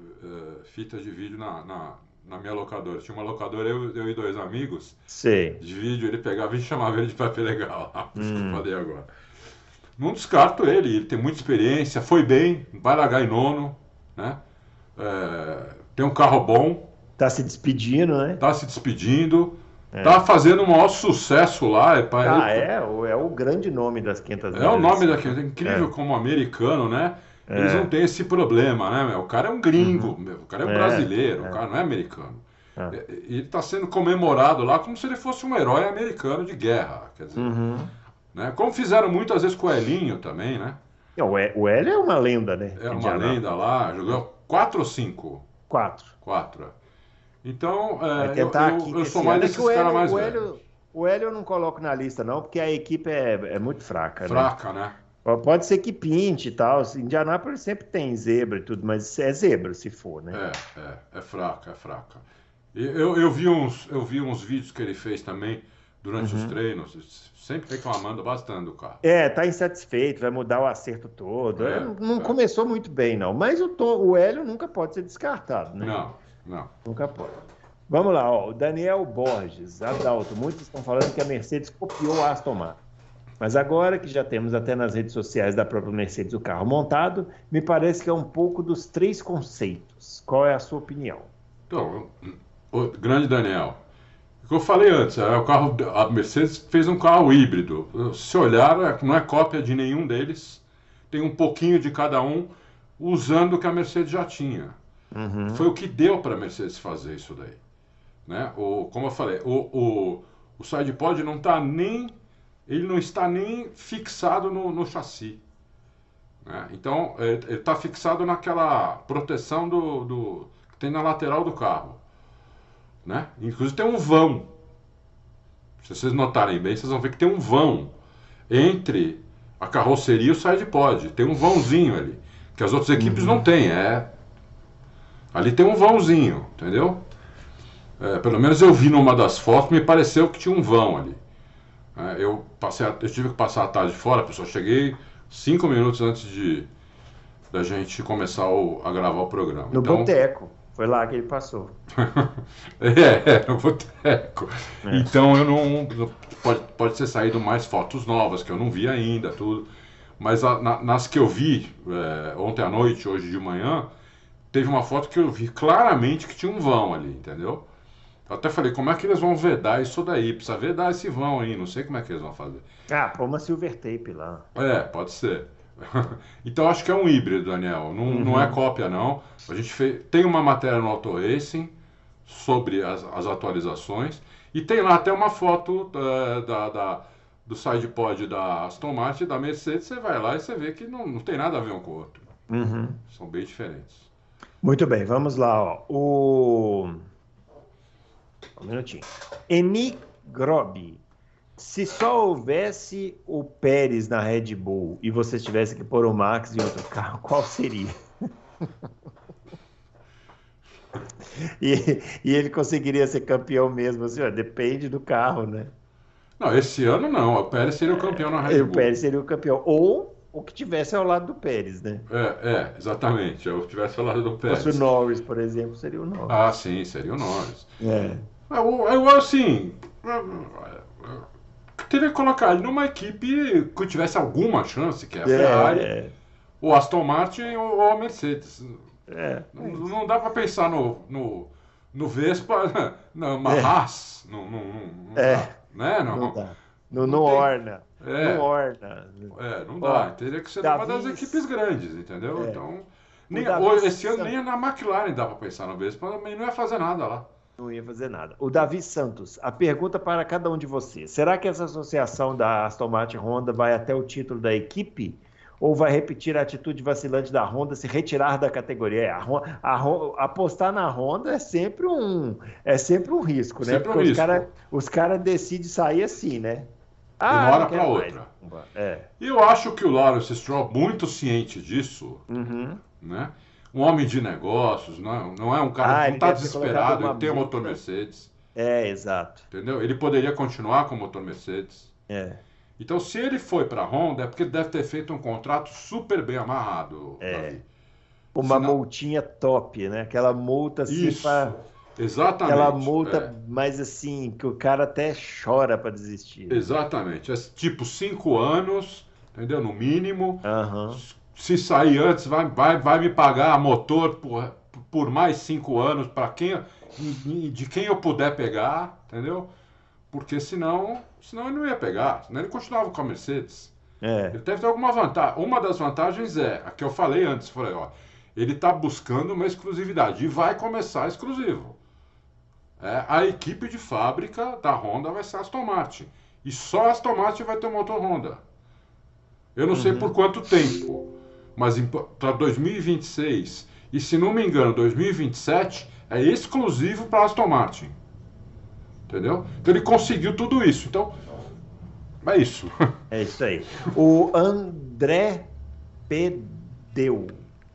Speaker 3: fita de vídeo na minha locadora. Tinha uma locadora, eu e 2 amigos,
Speaker 2: Sei.
Speaker 3: de vídeo, ele pegava e chamava ele de Pepe Legal. Isso que eu falei agora. Não descarto ele tem muita experiência, foi bem, vai largar em nono, né? Tem um carro bom.
Speaker 2: Tá se despedindo, né?
Speaker 3: Tá se despedindo. Tá fazendo o maior sucesso lá.
Speaker 2: É o grande nome das 500 milhas.
Speaker 3: É o nome da 500. É incrível como americano, né? Eles não têm esse problema, né, meu? O cara é um gringo, o cara é um brasileiro, o cara não é americano. E ele tá sendo comemorado lá como se ele fosse um herói americano de guerra, quer dizer. Né? Como fizeram muitas vezes com o Elinho também, né?
Speaker 2: O Hélio é uma lenda, né?
Speaker 3: É uma lenda lá, jogou 4 ou 5?
Speaker 2: 4.
Speaker 3: 4. Então, eu sou
Speaker 2: ano.
Speaker 3: mais desses caras mais velhos.
Speaker 2: O Hélio eu não coloco na lista, não, porque a equipe é muito fraca.
Speaker 3: Fraca, né?
Speaker 2: Pode ser que pinte e tal. Indianápolis sempre tem zebra e tudo, mas é zebra se for, né?
Speaker 3: É fraca, é fraca. Eu vi uns vídeos que ele fez também durante os treinos, sempre reclamando bastante do carro.
Speaker 2: Tá insatisfeito, vai mudar o acerto todo. Não começou muito bem, não. Mas o Hélio nunca pode ser descartado, né?
Speaker 3: Não.
Speaker 2: Nunca pode. Vamos lá, o Daniel Borges, Adalto. Muitos estão falando que a Mercedes copiou a Aston Martin. Mas agora que já temos até nas redes sociais da própria Mercedes o carro montado, me parece que é um pouco dos 3 conceitos. Qual é a sua opinião?
Speaker 3: Então, o grande Daniel, o que eu falei antes, a Mercedes fez um carro híbrido. Se olhar, não é cópia de nenhum deles, tem um pouquinho de cada um, usando o que a Mercedes já tinha. Foi o que deu para a Mercedes fazer isso daí. Né? Como eu falei, o sidepod ele não está nem fixado no chassi. Né? Então, ele está fixado naquela proteção que tem na lateral do carro. Né? Inclusive tem um vão. Se vocês notarem bem, vocês vão ver que tem um vão entre a carroceria e o sidepod. Tem um vãozinho ali, que as outras equipes não têm. Ali tem um vãozinho, entendeu? Pelo menos eu vi numa das fotos, me pareceu que tinha um vão ali. Eu tive que passar a tarde fora, pessoal. Cheguei 5 minutos antes da gente começar a gravar o programa.
Speaker 2: No boteco. Foi lá que ele passou.
Speaker 3: No boteco. Então eu não. Pode ter saído mais fotos novas, que eu não vi ainda, tudo. Mas nas que eu vi ontem à noite, hoje de manhã, teve uma foto que eu vi claramente que tinha um vão ali, entendeu? Eu até falei, como é que eles vão vedar isso daí? Precisa vedar esse vão aí, não sei como é que eles vão fazer.
Speaker 2: Põe uma silver tape lá.
Speaker 3: Pode ser. Então acho que é um híbrido, Daniel. Não é cópia, não. A gente tem uma matéria no Auto Racing sobre as atualizações. E tem lá até uma foto do sidepod da Aston Martin e da Mercedes. Você vai lá e você vê que não tem nada a ver um com o outro. São bem diferentes.
Speaker 2: Muito bem, vamos lá. Um minutinho. Eni Grobi. Se só houvesse o Pérez na Red Bull e você tivesse que pôr o Max em outro carro, qual seria? E ele conseguiria ser campeão mesmo, assim, depende do carro, né?
Speaker 3: Não, esse ano não. O Pérez seria o campeão na Red Bull.
Speaker 2: O Pérez seria o campeão. Ou o que tivesse ao lado do Pérez, né?
Speaker 3: Exatamente. O que tivesse ao lado do Pérez.
Speaker 2: Se o Norris, por exemplo, seria o Norris.
Speaker 3: Ah, sim, seria o Norris. Eu assim, teria que colocar ele numa equipe que tivesse alguma chance, que é a Ferrari, o Aston Martin ou a Mercedes. Não dá para pensar no Vespa, numa Haas. Não dá, né?
Speaker 2: Não dá. No Orna. No Orna.
Speaker 3: Não dá. Teria que ser uma das equipes grandes, entendeu? Então, esse ano nem na McLaren dá para pensar no Vespa, mas não ia fazer nada lá.
Speaker 2: Não ia fazer nada. O Davi Santos, a pergunta para cada um de vocês. Será que essa associação da Aston Martin Honda vai até o título da equipe? Ou vai repetir a atitude vacilante da Honda, se retirar da categoria? Apostar na Honda é sempre um risco, né?
Speaker 3: Sempre
Speaker 2: porque os cara decidem sair assim, né?
Speaker 3: De uma hora para outra. E eu acho que o Lawrence Stroll, muito ciente disso, né? Um homem de negócios, não é um cara que não está desesperado em ter um motor Mercedes.
Speaker 2: Exato.
Speaker 3: Entendeu? Ele poderia continuar com o motor Mercedes. Então, se ele foi para a Honda, é porque ele deve ter feito um contrato super bem amarrado.
Speaker 2: uma multinha top, né? Aquela multa assim
Speaker 3: Isso, exatamente.
Speaker 2: Aquela multa mais assim, que o cara até chora para desistir.
Speaker 3: Exatamente. É tipo 5 anos, entendeu? No mínimo.
Speaker 2: Uhum.
Speaker 3: Se sair antes, vai me pagar a motor por mais 5 anos de quem eu puder pegar, entendeu? Porque senão ele não ia pegar, senão ele continuava com a Mercedes. Ele deve ter alguma vantagem. Uma das vantagens é a que eu falei antes. Falei, ó, ele está buscando uma exclusividade e vai começar exclusivo. A equipe de fábrica da Honda vai ser a Aston Martin. E só a Aston Martin vai ter o motor Honda. Eu não sei por quanto tempo, mas para 2026 e, se não me engano, 2027 é exclusivo para a Aston Martin. Entendeu? Então ele conseguiu tudo isso. Então, é isso.
Speaker 2: É isso aí. O André Pedeu.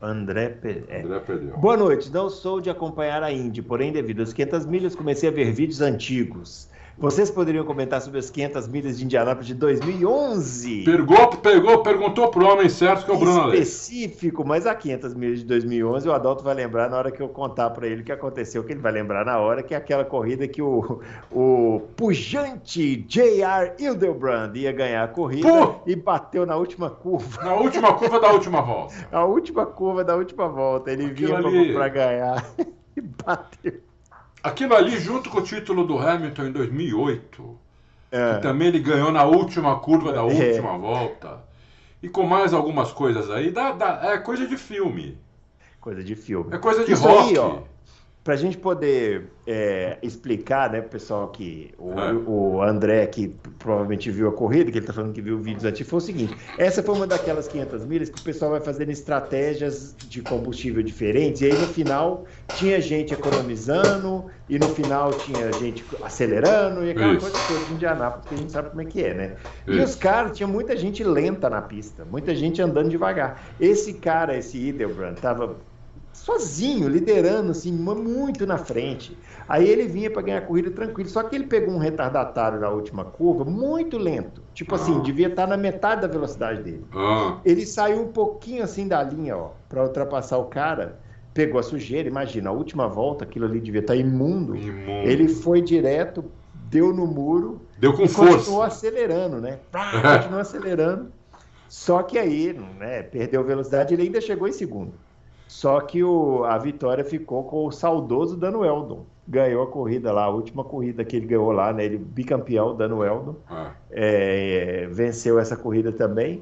Speaker 2: Boa noite, não sou de acompanhar a Indy, porém devido às 500 milhas comecei a ver vídeos antigos. Vocês poderiam comentar sobre as 500 milhas de Indianápolis de 2011?
Speaker 3: Perguntou pro homem certo, que é o Bruno Aleixo.
Speaker 2: Específico, mas a 500 milhas de 2011 o Adalto vai lembrar na hora que eu contar para ele o que aconteceu, que ele vai lembrar na hora, que é aquela corrida que o pujante J.R. Hildebrand ia ganhar a corrida e bateu na última curva.
Speaker 3: Na última curva da última volta.
Speaker 2: A última curva da última volta. Ele vinha para ganhar e bateu.
Speaker 3: Aquilo ali, junto com o título do Hamilton em 2008, que também ele ganhou na última curva da última volta, e com mais algumas coisas aí, é coisa de filme.
Speaker 2: Coisa de filme.
Speaker 3: É coisa de
Speaker 2: isso
Speaker 3: rock.
Speaker 2: Aí, ó, pra gente poder explicar, né, pro pessoal que o André, que provavelmente viu a corrida, que ele tá falando que viu vídeos antigos, foi o seguinte: essa foi uma daquelas 500 milhas que o pessoal vai fazendo estratégias de combustível diferentes, e aí no final tinha gente economizando, e no final tinha gente acelerando, e aquela coisa toda de Indianápolis, que a gente sabe como é que é, né? E os caras, tinha muita gente lenta na pista, muita gente andando devagar. Esse cara, esse Hildebrand, tava sozinho, liderando, assim, muito na frente. Aí ele vinha para ganhar a corrida tranquilo, só que ele pegou um retardatário na última curva, muito lento. Tipo assim, devia estar na metade da velocidade dele. Ele saiu um pouquinho assim da linha, ó, para ultrapassar o cara, pegou a sujeira, imagina, a última volta, aquilo ali devia estar imundo. Ele foi direto, deu no muro,
Speaker 3: deu com força.
Speaker 2: Continuou acelerando, né? Continuou acelerando. Só que aí, né, perdeu velocidade, ele ainda chegou em segundo. Só que a vitória ficou com o saudoso Dano Eldon. Ganhou a corrida lá, a última corrida que ele ganhou lá, né? Ele bicampeão, Dano Eldon. Venceu essa corrida também.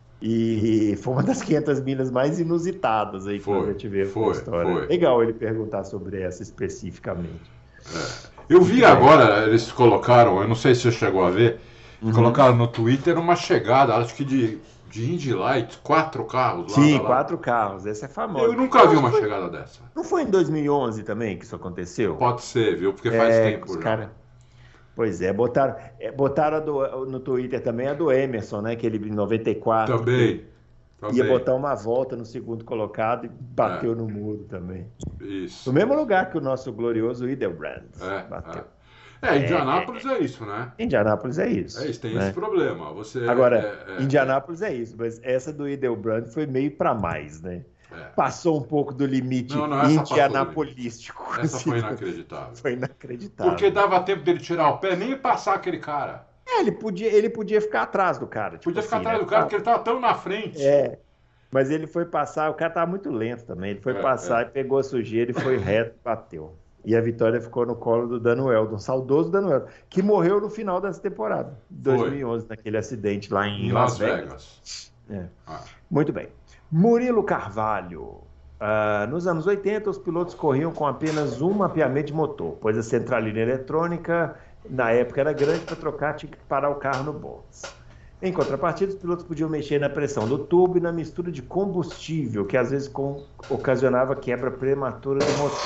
Speaker 2: E foi uma das 500 milhas mais inusitadas aí que a gente vê na história. Legal ele perguntar sobre essa especificamente.
Speaker 3: Eu vi agora, eles colocaram, eu não sei se você chegou a ver, colocaram no Twitter uma chegada, acho que de Indy Lights, 4 carros lá.
Speaker 2: Sim, 4 carros, essa é famosa.
Speaker 3: Eu nunca vi uma chegada dessa.
Speaker 2: Não foi em 2011 também que isso aconteceu?
Speaker 3: Pode ser, viu? Porque faz tempo já.
Speaker 2: Pois é, botaram no Twitter também a do Emerson, né? Que ele em 94.
Speaker 3: Também.
Speaker 2: Ia botar uma volta no segundo colocado e bateu no muro também.
Speaker 3: Isso.
Speaker 2: No mesmo lugar que o nosso glorioso Hildebrand bateu.
Speaker 3: Indianápolis é isso, né?
Speaker 2: Indianápolis é isso.
Speaker 3: Tem esse problema.
Speaker 2: Indianápolis é isso, mas essa do Hildebrand foi meio para mais, né? Passou um pouco do limite indianapolístico.
Speaker 3: Essa foi inacreditável.
Speaker 2: Foi inacreditável.
Speaker 3: Porque dava tempo dele tirar o pé, nem passar aquele cara.
Speaker 2: Ele podia ficar atrás do cara.
Speaker 3: Podia ficar atrás do cara, porque ele tava tão na frente.
Speaker 2: Mas ele foi passar, o cara tava muito lento também. Ele foi passar e pegou a sujeira e foi reto e bateu. E a vitória ficou no colo do Dano Eldon, saudoso Dano Eldon, que morreu no final dessa temporada, 2011, naquele acidente lá em Las Vegas. Muito bem. Murilo Carvalho. Nos anos 80, os pilotos corriam com apenas um mapeamento de motor, pois a centralina eletrônica, na época, era grande para trocar, tinha que parar o carro no box. Em contrapartida, os pilotos podiam mexer na pressão do tubo e na mistura de combustível, que às vezes ocasionava quebra prematura do motor.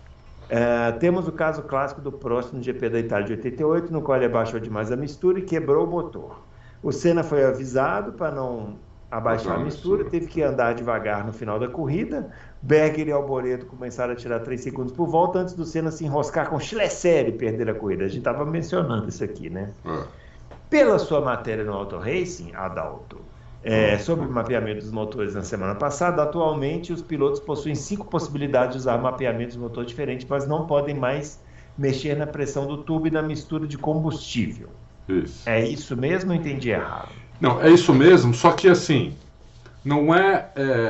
Speaker 2: Temos o caso clássico do Prost no GP da Itália de 88, no qual ele abaixou demais a mistura e quebrou o motor. O Senna foi avisado para não abaixar a mistura, teve que andar devagar no final da corrida. Berger e Alboreto começaram a tirar 3 segundos por volta antes do Senna se enroscar com Schlesser e perder a corrida. A gente estava mencionando isso aqui, né? Pela sua matéria no Auto Racing, Adalto, Sobre o mapeamento dos motores na semana passada, atualmente os pilotos possuem 5 possibilidades de usar mapeamentos de motor diferentes, mas não podem mais mexer na pressão do tubo e na mistura de combustível.
Speaker 3: Isso.
Speaker 2: É isso mesmo ou entendi errado?
Speaker 3: Não, é isso mesmo, só que assim, não é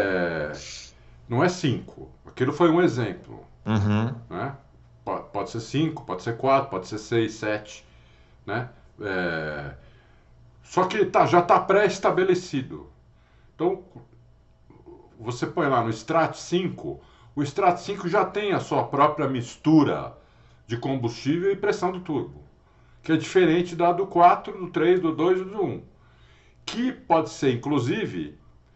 Speaker 3: 5. Aquilo foi um exemplo.
Speaker 2: Uhum.
Speaker 3: Né? Pode ser 5, pode ser 4, pode ser 6, 7. Né? Só que já está pré-estabelecido. Então, você põe lá no Strat 5, o Strat 5 já tem a sua própria mistura de combustível e pressão do turbo, que é diferente da do 4, do 3, do 2 e do 1. Que pode ser, inclusive,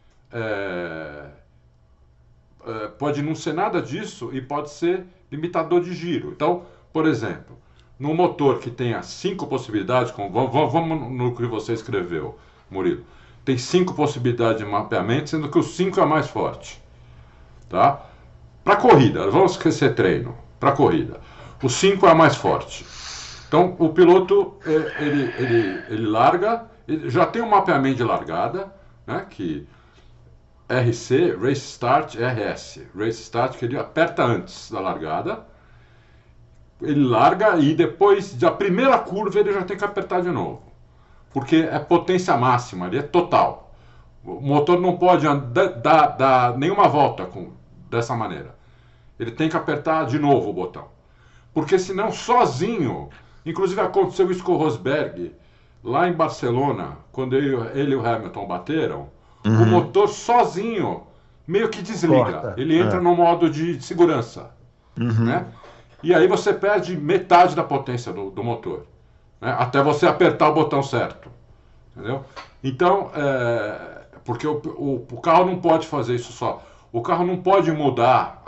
Speaker 3: pode não ser nada disso e pode ser limitador de giro. Então, por exemplo, no motor que tenha 5 possibilidades, vamos no que você escreveu, Murilo, tem 5 possibilidades de mapeamento, sendo que o 5 é a mais forte. Tá? Para corrida, vamos esquecer treino, para corrida, o 5 é a mais forte. Então, o piloto, ele larga, ele já tem um mapeamento de largada, né, que RC, Race Start, RS. Race Start, que ele aperta antes da largada, ele larga e depois da primeira curva ele já tem que apertar de novo. Porque é potência máxima, ele é total. O motor não pode dar nenhuma volta dessa maneira. Ele tem que apertar de novo o botão. Porque senão, sozinho, inclusive aconteceu isso com o Rosberg, lá em Barcelona, quando ele e o Hamilton bateram, o motor sozinho meio que desliga.
Speaker 2: Corta.
Speaker 3: Ele entra no modo de segurança. Né? E aí você perde metade da potência do motor. Né? Até você apertar o botão certo. Entendeu? Então, porque o carro não pode fazer isso só. O carro não pode mudar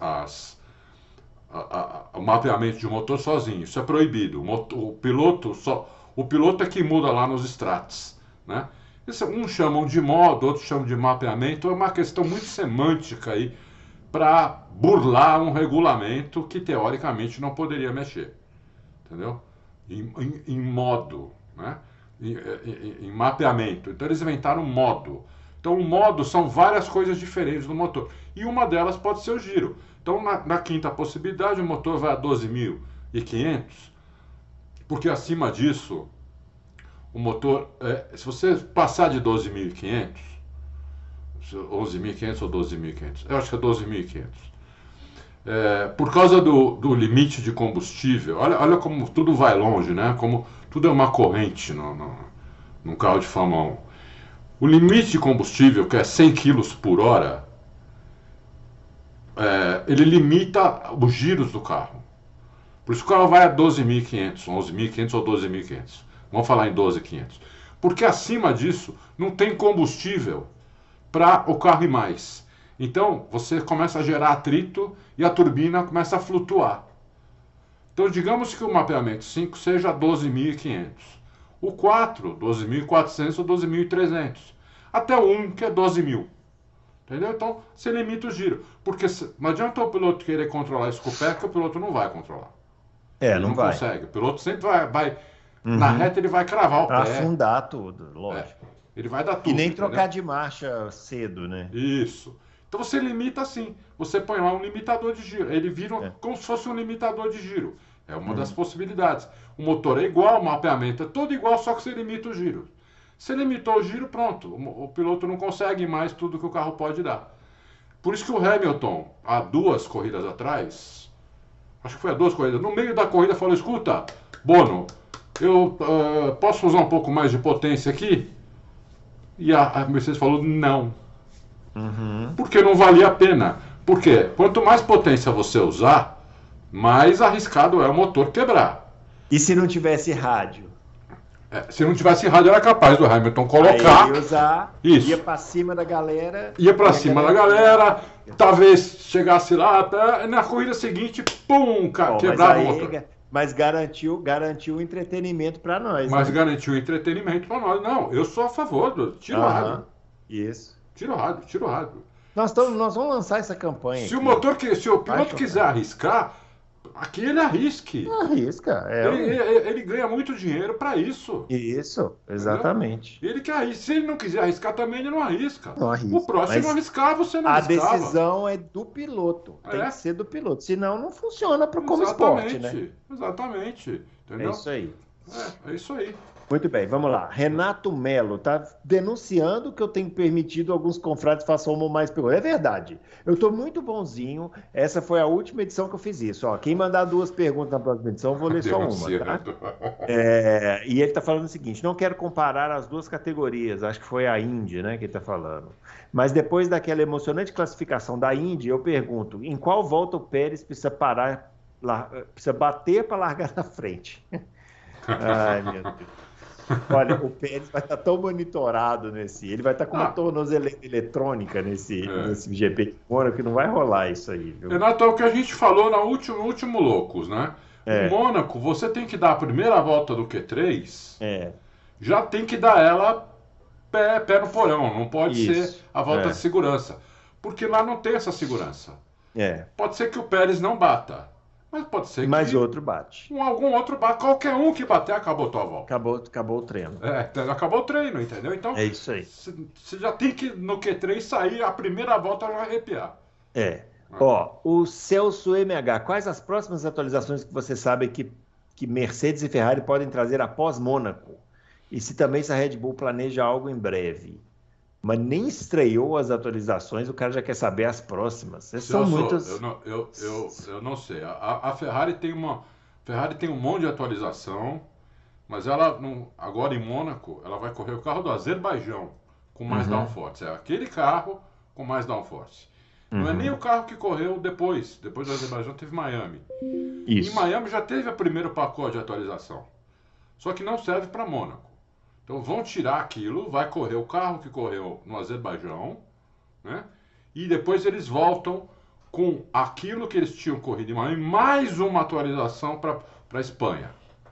Speaker 3: o mapeamento de motor sozinho. Isso é proibido. O piloto é que muda lá nos strats. Né? Uns chamam de modo, outros chamam de mapeamento. É uma questão muito semântica aí para burlar um regulamento que teoricamente não poderia mexer. Entendeu? Em modo, né? Em mapeamento. Então eles inventaram modo. Então o modo são várias coisas diferentes do motor. E uma delas pode ser o giro. Então na quinta possibilidade o motor vai a 12.500, porque acima disso o motor, se você passar de 12.500, 11.500 ou 12.500, eu acho que é 12.500, por causa do limite de combustível, olha como tudo vai longe, né? Como tudo é uma corrente num carro de Fórmula 1. O limite de combustível, que é 100 km por hora, ele limita os giros do carro. Por isso que o carro vai a 12.500, 11.500 ou 12.500. Vamos falar em 12.500. Porque acima disso não tem combustível para o carro ir mais. Então você começa a gerar atrito e a turbina começa a flutuar. Então digamos que o mapeamento 5 seja 12.500. O 4, 12.400 ou 12.300. Até o 1, que é 12.000. Entendeu? Então você limita o giro. Porque não adianta o piloto querer controlar isso com o pé, que o piloto não vai controlar.
Speaker 2: Ele
Speaker 3: não
Speaker 2: vai.
Speaker 3: Consegue. O piloto sempre vai na reta ele vai cravar o pé.
Speaker 2: Afundar tudo, lógico.
Speaker 3: Ele vai dar tudo.
Speaker 2: E nem
Speaker 3: entendeu?
Speaker 2: trocar de marcha cedo, né?
Speaker 3: Isso. Então você limita assim. Você põe lá um limitador de giro. Ele vira como se fosse um limitador de giro. É uma das possibilidades. O motor é igual, o mapeamento é todo igual, só que você limita o giro. Você limitou o giro, pronto. O piloto não consegue mais tudo que o carro pode dar. Por isso que o Hamilton, há 2 corridas atrás, acho que foi há 2 corridas, no meio da corrida falou, escuta, Bono, eu posso usar um pouco mais de potência aqui? E a Mercedes falou, não. Porque não valia a pena. Por quê? Quanto mais potência você usar, mais arriscado é o motor quebrar.
Speaker 2: E se não tivesse rádio?
Speaker 3: Se não tivesse rádio, era capaz do Hamilton colocar.
Speaker 2: Aí ia usar,
Speaker 3: isso.
Speaker 2: Ia pra cima da galera.
Speaker 3: Ia pra cima da galera, talvez chegasse lá, na corrida seguinte, pum, quebrava o motor.
Speaker 2: Mas garantiu o entretenimento para nós.
Speaker 3: Mas garantiu o entretenimento para nós. Não, eu sou a favor do tiro rádio.
Speaker 2: Isso.
Speaker 3: Tiro rádio.
Speaker 2: Nós vamos lançar essa campanha.
Speaker 3: Se o piloto quiser arriscar, Aqui ele arrisque.
Speaker 2: Arrisca.
Speaker 3: Ele ganha muito dinheiro para isso.
Speaker 2: Isso, exatamente.
Speaker 3: Entendeu? Ele quer arriscar. Se ele não quiser arriscar também, ele não arrisca.
Speaker 2: Não arrisca.
Speaker 3: O próximo arriscar, você não arriscava.
Speaker 2: A decisão é do piloto. Tem que ser do piloto. Senão não funciona como esporte, né?
Speaker 3: Exatamente. Entendeu?
Speaker 2: É isso aí.
Speaker 3: É isso aí.
Speaker 2: Muito bem, vamos lá. Renato Melo está denunciando que eu tenho permitido alguns confrades façam uma ou mais perguntas. É verdade. Eu estou muito bonzinho. Essa foi a última edição que eu fiz isso. Ó, quem mandar 2 perguntas na próxima edição, eu vou ler só uma, tá? E ele está falando o seguinte: não quero comparar as 2 categorias. Acho que foi a Indy, né, que ele está falando. Mas depois daquela emocionante classificação da Indy, eu pergunto: em qual volta o Pérez precisa parar, precisa bater para largar na frente? Ai, meu Deus. Olha, o Pérez vai estar tão monitorado ele vai estar com uma tornozeleira eletrônica nesse GP de Mônaco que não vai rolar isso aí, viu?
Speaker 3: Renato, é o que a gente falou no último Loucos, né? Em Mônaco, você tem que dar a primeira volta do Q3, já tem que dar ela pé no porão, não pode ser a volta de segurança, porque lá não tem essa segurança. Pode ser que o Pérez não bata. Mas pode ser que...
Speaker 2: Mas outro bate.
Speaker 3: Algum outro bate. Qualquer um que bater, acabou a tua volta.
Speaker 2: Acabou o treino.
Speaker 3: Acabou o treino, entendeu? Então,
Speaker 2: é isso aí.
Speaker 3: Você já tem que, no Q3, sair, a primeira volta já arrepiar.
Speaker 2: Ó, o Celso MH, quais as próximas atualizações que você sabe que Mercedes e Ferrari podem trazer após Mônaco? E se também a Red Bull planeja algo em breve? Mas nem estreou as atualizações, o cara já quer saber as próximas. São muitas.
Speaker 3: Eu não sei. A Ferrari tem um monte de atualização, mas ela não, agora em Mônaco, ela vai correr o carro do Azerbaijão com mais downforce. É aquele carro com mais downforce. Não é nem o carro que correu depois. Depois do Azerbaijão teve Miami.
Speaker 2: Isso.
Speaker 3: Em Miami já teve o primeiro pacote de atualização. Só que não serve para Mônaco. Então vão tirar aquilo, vai correr o carro que correu no Azerbaijão, né? E depois eles voltam com aquilo que eles tinham corrido em Miami, mais uma atualização para a Espanha.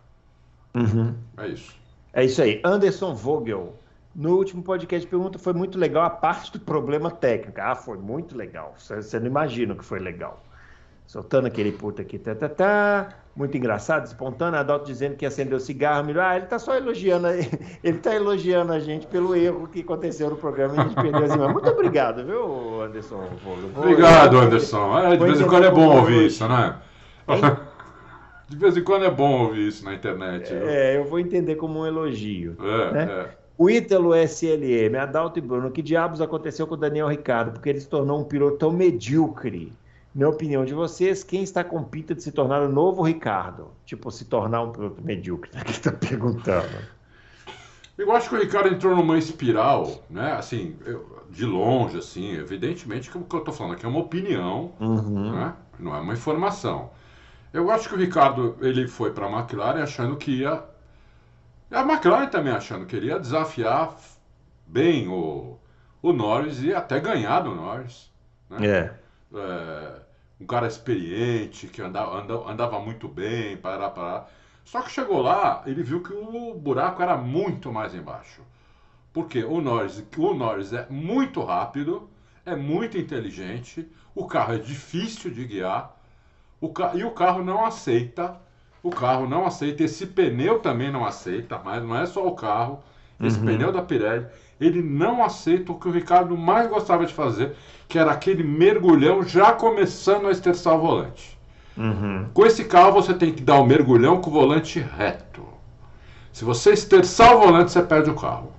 Speaker 3: É isso.
Speaker 2: É isso aí. Anderson Vogel, no último podcast pergunta, foi muito legal a parte do problema técnico. Foi muito legal. Você não imagina o que foi legal. Soltando aquele puta aqui, muito engraçado, espontâneo, Adalto dizendo que acendeu o cigarro, ele tá só elogiando, ele tá elogiando a gente pelo erro que aconteceu no programa e a gente perdeu as imagens. Muito obrigado, viu, Anderson?
Speaker 3: Obrigado, Anderson. De vez em quando é bom ouvir isso, né? De vez em quando é bom ouvir isso na internet.
Speaker 2: Eu vou entender como um elogio. O Ítalo SLM, Adalto e Bruno, que diabos aconteceu com o Daniel Ricciardo? Porque ele se tornou um piloto tão medíocre. Na opinião de vocês, quem está com pinta de se tornar o novo Ricardo? Tipo, se tornar um piloto medíocre, que está perguntando.
Speaker 3: Eu acho que o Ricardo entrou numa espiral, né? Assim, de longe, assim, evidentemente que o que eu estou falando aqui é uma opinião, né? Não é uma informação. Eu acho que o Ricardo, ele foi para a McLaren achando que ia... A McLaren também achando que ele ia desafiar bem o Norris e até ganhar do Norris, né? Um cara experiente, que andava muito bem, parará. Só que chegou lá, ele viu que o buraco era muito mais embaixo. Porque o Norris é muito rápido, é muito inteligente, o carro é difícil de guiar, e o carro não aceita. Esse pneu também não aceita, mas não é só o carro, esse pneu da Pirelli, ele não aceita o que o Ricardo mais gostava de fazer, que era aquele mergulhão já começando a esterçar o volante. Com esse carro você tem que dar o mergulhão com o volante reto. Se você esterçar o volante, você perde o carro.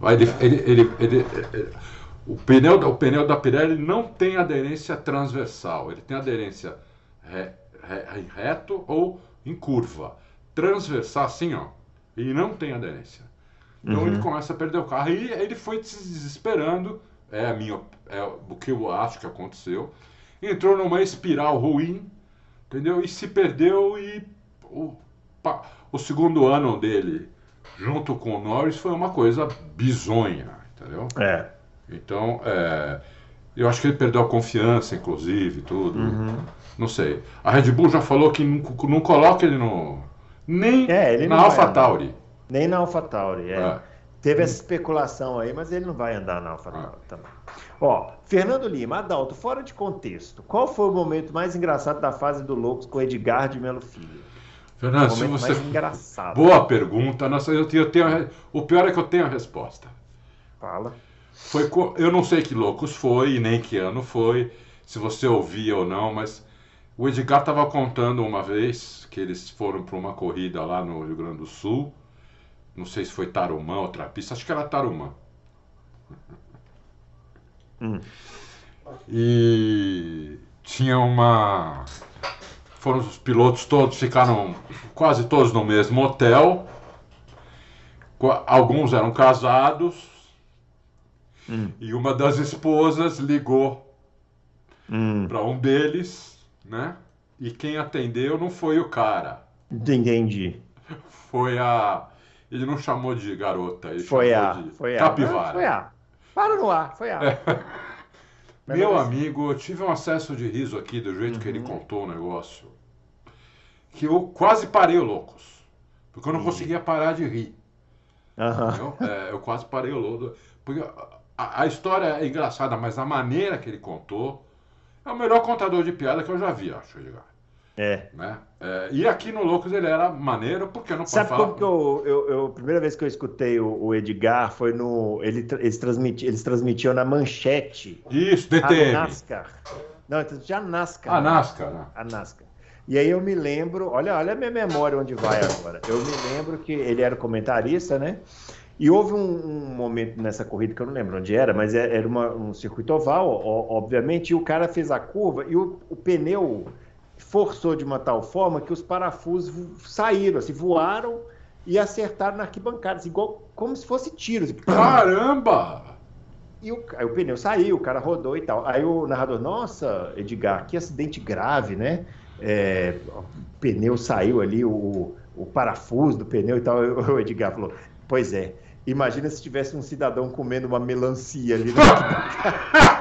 Speaker 3: O pneu da Pirelli não tem aderência transversal, ele tem aderência reto ou em curva. Transversal assim, ó, ele não tem aderência. Então ele começa a perder o carro e ele foi se desesperando, o que eu acho que aconteceu, entrou numa espiral ruim, entendeu? E se perdeu e o segundo ano dele, junto com o Norris, foi uma coisa bizonha, entendeu? Então, eu acho que ele perdeu a confiança, inclusive, tudo. Não sei. A Red Bull já falou que não coloca ele nem na AlphaTauri.
Speaker 2: Nem na AlphaTauri, Teve essa especulação aí, mas ele não vai andar na AlphaTauri também. Ó, Fernando Lima, Adalto, fora de contexto, qual foi o momento mais engraçado da fase do Loucos com Edgar de Melo Filho?
Speaker 3: Fernando,
Speaker 2: O momento mais engraçado.
Speaker 3: Boa pergunta. Nossa, o pior é que eu tenho a resposta.
Speaker 2: Fala.
Speaker 3: Eu não sei que Loucos foi e nem que ano foi, se você ouvia ou não, mas o Edgar estava contando uma vez que eles foram para uma corrida lá no Rio Grande do Sul. Não sei se foi Tarumã ou Trapista, acho que era Tarumã. E tinha uma... Foram os pilotos todos, ficaram quase todos no mesmo hotel. Alguns eram casados. E uma das esposas ligou para um deles, né? E quem atendeu não foi o cara.
Speaker 2: Entendi.
Speaker 3: Foi a... Ele não chamou de garota, ele
Speaker 2: foi
Speaker 3: chamou de
Speaker 2: foi
Speaker 3: capivara.
Speaker 2: Foi a. Para no ar, foi a.
Speaker 3: Meu amigo, eu tive um acesso de riso aqui do jeito que ele contou o negócio. Que eu quase parei o Loucos. Porque eu não conseguia parar de rir. Eu quase parei o Loucos. Porque a história é engraçada, mas a maneira que ele contou é o melhor contador de piada que eu já vi, acho, Edgar. Né? E aqui no Loucos ele era maneiro, porque eu não posso falar...
Speaker 2: Sabe como que a primeira vez que eu escutei o Edgar foi no... Eles transmitiam na Manchete.
Speaker 3: Isso, DTM.
Speaker 2: A NASCAR. Não, já NASCAR.
Speaker 3: A NASCAR, né?
Speaker 2: A NASCAR. E aí eu me lembro... Olha a minha memória onde vai agora. Eu me lembro que ele era comentarista, né? E houve um momento nessa corrida, que eu não lembro onde era, mas era um circuito oval, obviamente, e o cara fez a curva e o pneu... forçou de uma tal forma que os parafusos saíram, assim, voaram e acertaram na arquibancada, assim, igual como se fosse tiros. Assim,
Speaker 3: caramba!
Speaker 2: E aí o pneu saiu, o cara rodou e tal. Aí o narrador, nossa, Edgar, que acidente grave, né? O pneu saiu ali, o parafuso do pneu e tal. O Edgar falou, pois é, imagina se tivesse um cidadão comendo uma melancia ali na arquibancada.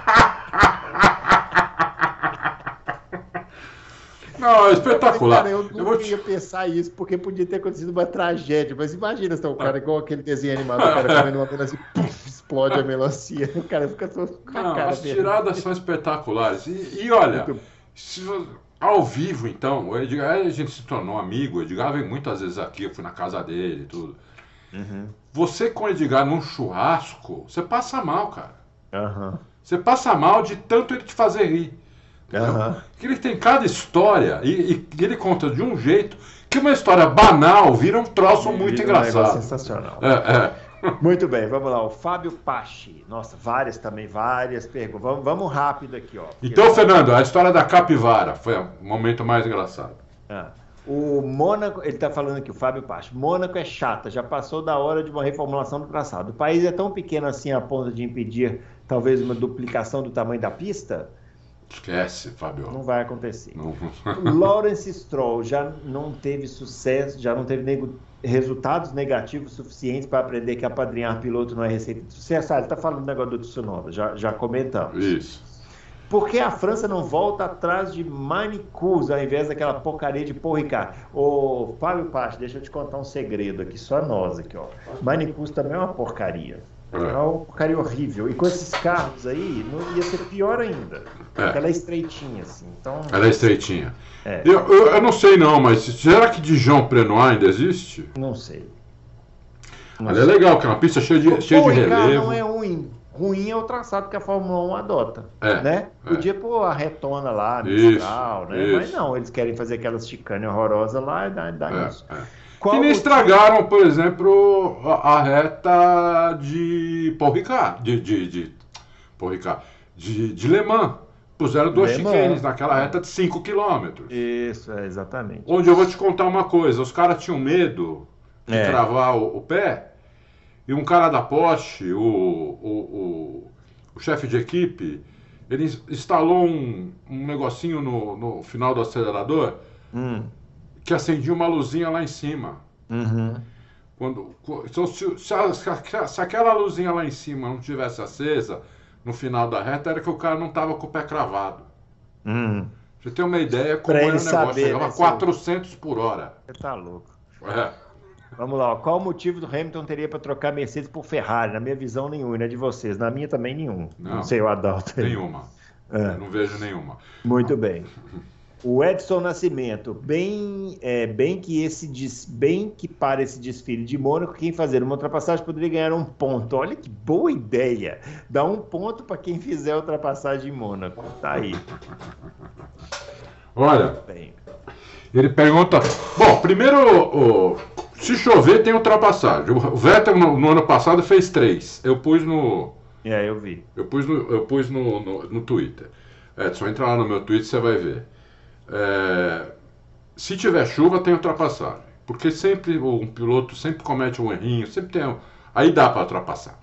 Speaker 3: Não, é espetacular.
Speaker 2: Cara, eu não ia pensar isso, porque podia ter acontecido uma tragédia. Mas imagina se tá um cara igual aquele desenho animado, o cara comendo uma melancia, puff, explode a melancia. O cara fica só com a cara
Speaker 3: as tiradas são espetaculares. E olha, ao vivo, então, o Edgar, a gente se tornou amigo. O Edgar veio muitas vezes aqui, eu fui na casa dele e tudo. Você com o Edgar num churrasco, você passa mal, cara. Você passa mal de tanto ele te fazer rir. Que ele tem cada história e ele conta de um jeito que uma história banal vira um troço muito engraçado.
Speaker 2: Sensacional. Muito bem, vamos lá. O Fábio Pachi. Nossa, várias perguntas. Vamos rápido aqui, ó.
Speaker 3: Então, Fernando, a história da capivara foi o momento mais engraçado.
Speaker 2: O Mônaco, ele está falando aqui, o Fábio Pachi. Mônaco é chata, já passou da hora de uma reformulação do traçado. O país é tão pequeno assim a ponto de impedir talvez uma duplicação do tamanho da pista?
Speaker 3: Esquece, Fábio.
Speaker 2: Não vai acontecer. Lawrence Stroll já não teve sucesso, já não teve resultados negativos suficientes para aprender que apadrinhar piloto não é receita de sucesso. Ele está falando do negócio do Tsunoda, já comentamos.
Speaker 3: Isso.
Speaker 2: Por que a França não volta atrás de Manicus ao invés daquela porcaria de Paul Ricard? Ô, Fábio Pache, deixa eu te contar um segredo aqui, só nós aqui, ó. Manicus também é uma porcaria. É uma porcaria horrível. E com esses carros aí, não ia ser pior ainda. Porque ela é estreitinha, assim. Então...
Speaker 3: Ela é estreitinha. Eu não sei não, mas será que Dijon Prenois ainda existe?
Speaker 2: Não sei.
Speaker 3: Ela é legal, que é uma pista cheia de relevo.
Speaker 2: Não é ruim. Ruim é o traçado que a Fórmula 1 adota. Né? Podia pôr a retona lá, Mistral, né?
Speaker 3: Isso.
Speaker 2: Mas não, eles querem fazer aquelas chicanes horrorosas lá e dá isso.
Speaker 3: Que nem estragaram, por exemplo, a reta de Paul Ricard, de Le Mans. Puseram duas chicanes naquela reta de 5 km.
Speaker 2: Isso, exatamente.
Speaker 3: Onde eu vou te contar uma coisa, os caras tinham medo de travar o pé, e um cara da Porsche, o chefe de equipe, ele instalou um negocinho no final do acelerador, que acendia uma luzinha lá em cima. Então, se aquela luzinha lá em cima não tivesse acesa, no final da reta, era que o cara não estava com o pé cravado. Você tem uma ideia como era o negócio. Chegava a 400 por hora.
Speaker 2: Você tá louco. Vamos lá, ó. Qual o motivo do Hamilton teria para trocar Mercedes por Ferrari? Na minha visão, nenhum, e na de vocês. Na minha também, nenhum. Não sei o Adalto aí.
Speaker 3: Nenhuma. Eu não vejo nenhuma.
Speaker 2: Muito bem. O Edson Nascimento, bem que para esse desfile de Mônaco, quem fazer uma ultrapassagem poderia ganhar 1 ponto. Olha que boa ideia. Dá 1 ponto para quem fizer a ultrapassagem em Mônaco. Tá aí.
Speaker 3: Olha, ele pergunta... Bom, primeiro, se chover tem ultrapassagem. O Vettel no ano passado fez 3. Eu pus no...
Speaker 2: eu vi.
Speaker 3: Eu pus no Twitter. Edson, entra lá no meu Twitter, você vai ver. Se tiver chuva, tem ultrapassagem. Porque sempre um piloto sempre comete um errinho, sempre tem aí dá para ultrapassar.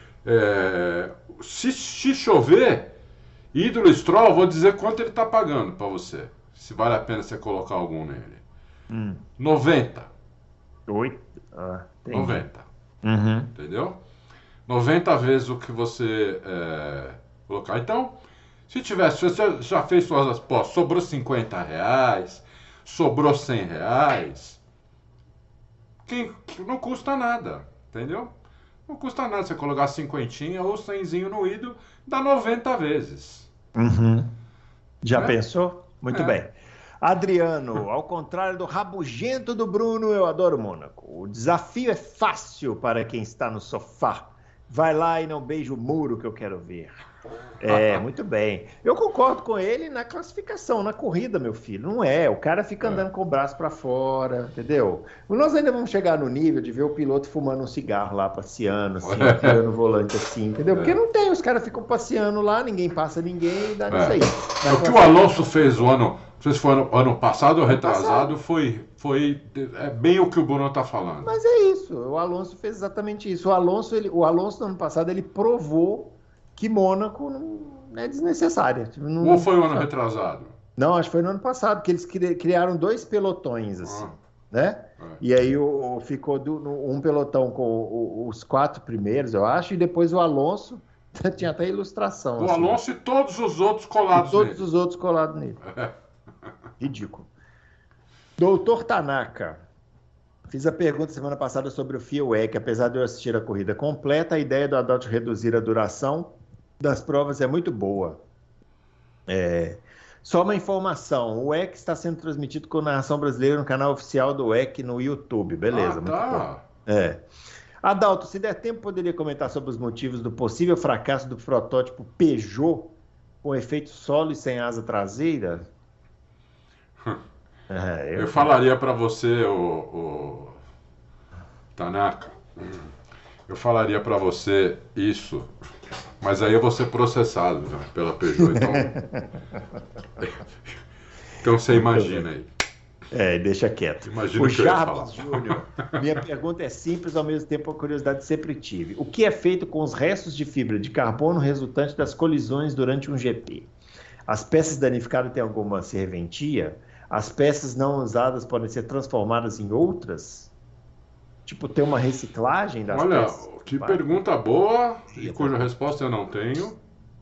Speaker 3: Se chover, ídolo Stroll, vou dizer quanto ele está pagando para você. Se vale a pena você colocar algum nele. 90.
Speaker 2: 8?
Speaker 3: 90.
Speaker 2: Uhum.
Speaker 3: Entendeu? 90 vezes o que você colocar. Então, se você já fez suas apostas, sobrou R$50, sobrou R$100, não custa nada, entendeu? Não custa nada você colocar 50 ou 100 no ídolo, dá 90 vezes.
Speaker 2: Uhum. Já pensou? Muito bem. Adriano, ao contrário do rabugento do Bruno, eu adoro Mônaco. O desafio é fácil para quem está no sofá. Vai lá e não beija o muro que eu quero ver. Muito bem. Eu concordo com ele na classificação, na corrida, meu filho. Não é, o cara fica andando com o braço para fora, entendeu? Nós ainda vamos chegar no nível de ver o piloto fumando um cigarro lá, passeando, assim, tirando o volante assim, entendeu? Porque não tem, os caras ficam passeando lá, ninguém passa ninguém e dá nisso aí.
Speaker 3: O que o Alonso fez não sei se foi ano passado ou retrasado, foi bem o que o Bruno está falando.
Speaker 2: Mas é isso, o Alonso fez exatamente isso. O Alonso no ano passado, ele provou que Mônaco não é desnecessária.
Speaker 3: Ou foi o ano retrasado?
Speaker 2: Não, acho que foi no ano passado, que eles criaram 2 pelotões, assim, né? E aí ficou um pelotão com os 4 primeiros, eu acho, e depois o Alonso, tinha até ilustração.
Speaker 3: O Alonso e todos os outros colados nele.
Speaker 2: Todos os outros colados nele. Ridículo. Doutor Tanaka, fiz a pergunta semana passada sobre o FIA-WEC. Apesar de eu assistir a corrida completa, a ideia do Adalto reduzir a duração das provas é muito boa. Só uma informação, o WEC está sendo transmitido com narração brasileira no canal oficial do WEC no YouTube. Beleza, muito bom. Adalto, se der tempo, poderia comentar sobre os motivos do possível fracasso do protótipo Peugeot com efeito solo e sem asa traseira?
Speaker 3: Eu falaria para você, o Tanaka, eu falaria para você isso, mas aí eu vou ser processado pela Peugeot, então você imagina aí.
Speaker 2: Deixa quieto.
Speaker 3: Imagina
Speaker 2: o Jarbas Júnior, minha pergunta é simples, ao mesmo tempo a curiosidade sempre tive. O que é feito com os restos de fibra de carbono resultante das colisões durante um GP? As peças danificadas têm alguma serventia? As peças não usadas podem ser transformadas em outras? Tipo, ter uma reciclagem das peças?
Speaker 3: Olha, que pergunta boa e cuja resposta eu não tenho.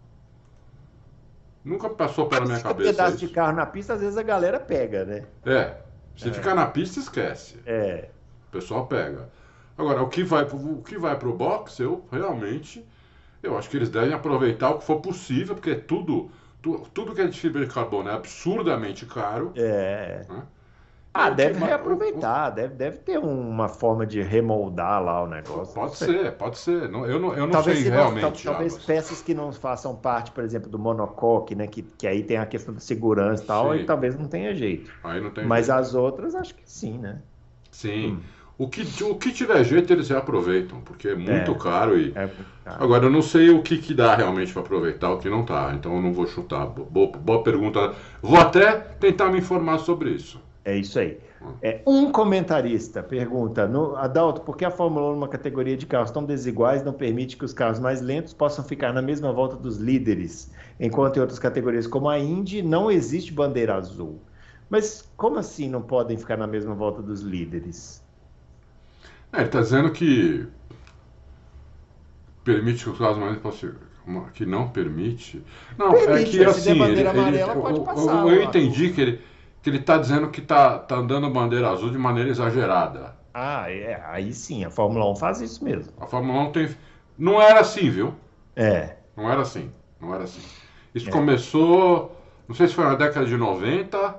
Speaker 3: Nunca passou pela minha cabeça.
Speaker 2: Um pedaço de carro na pista, às vezes a galera pega, né?
Speaker 3: Se ficar na pista, esquece. O pessoal pega. Agora, o que vai pro box, eu acho que eles devem aproveitar o que for possível, porque tudo que é de fibra de carbono é absurdamente caro. Né?
Speaker 2: Deve reaproveitar, deve ter uma forma de remoldar lá o negócio.
Speaker 3: Pode ser. Eu não sei realmente.
Speaker 2: Talvez peças que não façam parte, por exemplo, do monocoque, né? Que aí tem a questão de segurança e tal, e talvez não tenha jeito.
Speaker 3: Aí não tem
Speaker 2: Mas
Speaker 3: jeito.
Speaker 2: As outras, acho que sim, né?
Speaker 3: Sim. O que tiver jeito, eles reaproveitam, porque é muito caro. Agora, eu não sei o que dá realmente para aproveitar, o que não tá. Então, eu não vou chutar. Boa pergunta. Vou até tentar me informar sobre isso.
Speaker 2: É isso aí. Um comentarista pergunta, Adalto, por que a Fórmula 1 numa categoria de carros tão desiguais não permite que os carros mais lentos possam ficar na mesma volta dos líderes, enquanto em outras categorias como a Indy não existe bandeira azul? Mas como assim não podem ficar na mesma volta dos líderes?
Speaker 3: Ele está dizendo que permite que os carros mais possam... Que não permite? Não,
Speaker 2: permite,
Speaker 3: é que assim...
Speaker 2: bandeira amarela pode passar.
Speaker 3: Eu entendi que ele está dizendo que está andando bandeira azul de maneira exagerada.
Speaker 2: Aí sim, a Fórmula 1 faz isso mesmo.
Speaker 3: A Fórmula 1 tem... Não era assim, viu?
Speaker 2: É.
Speaker 3: Não era assim. Isso começou, não sei se foi na década de 90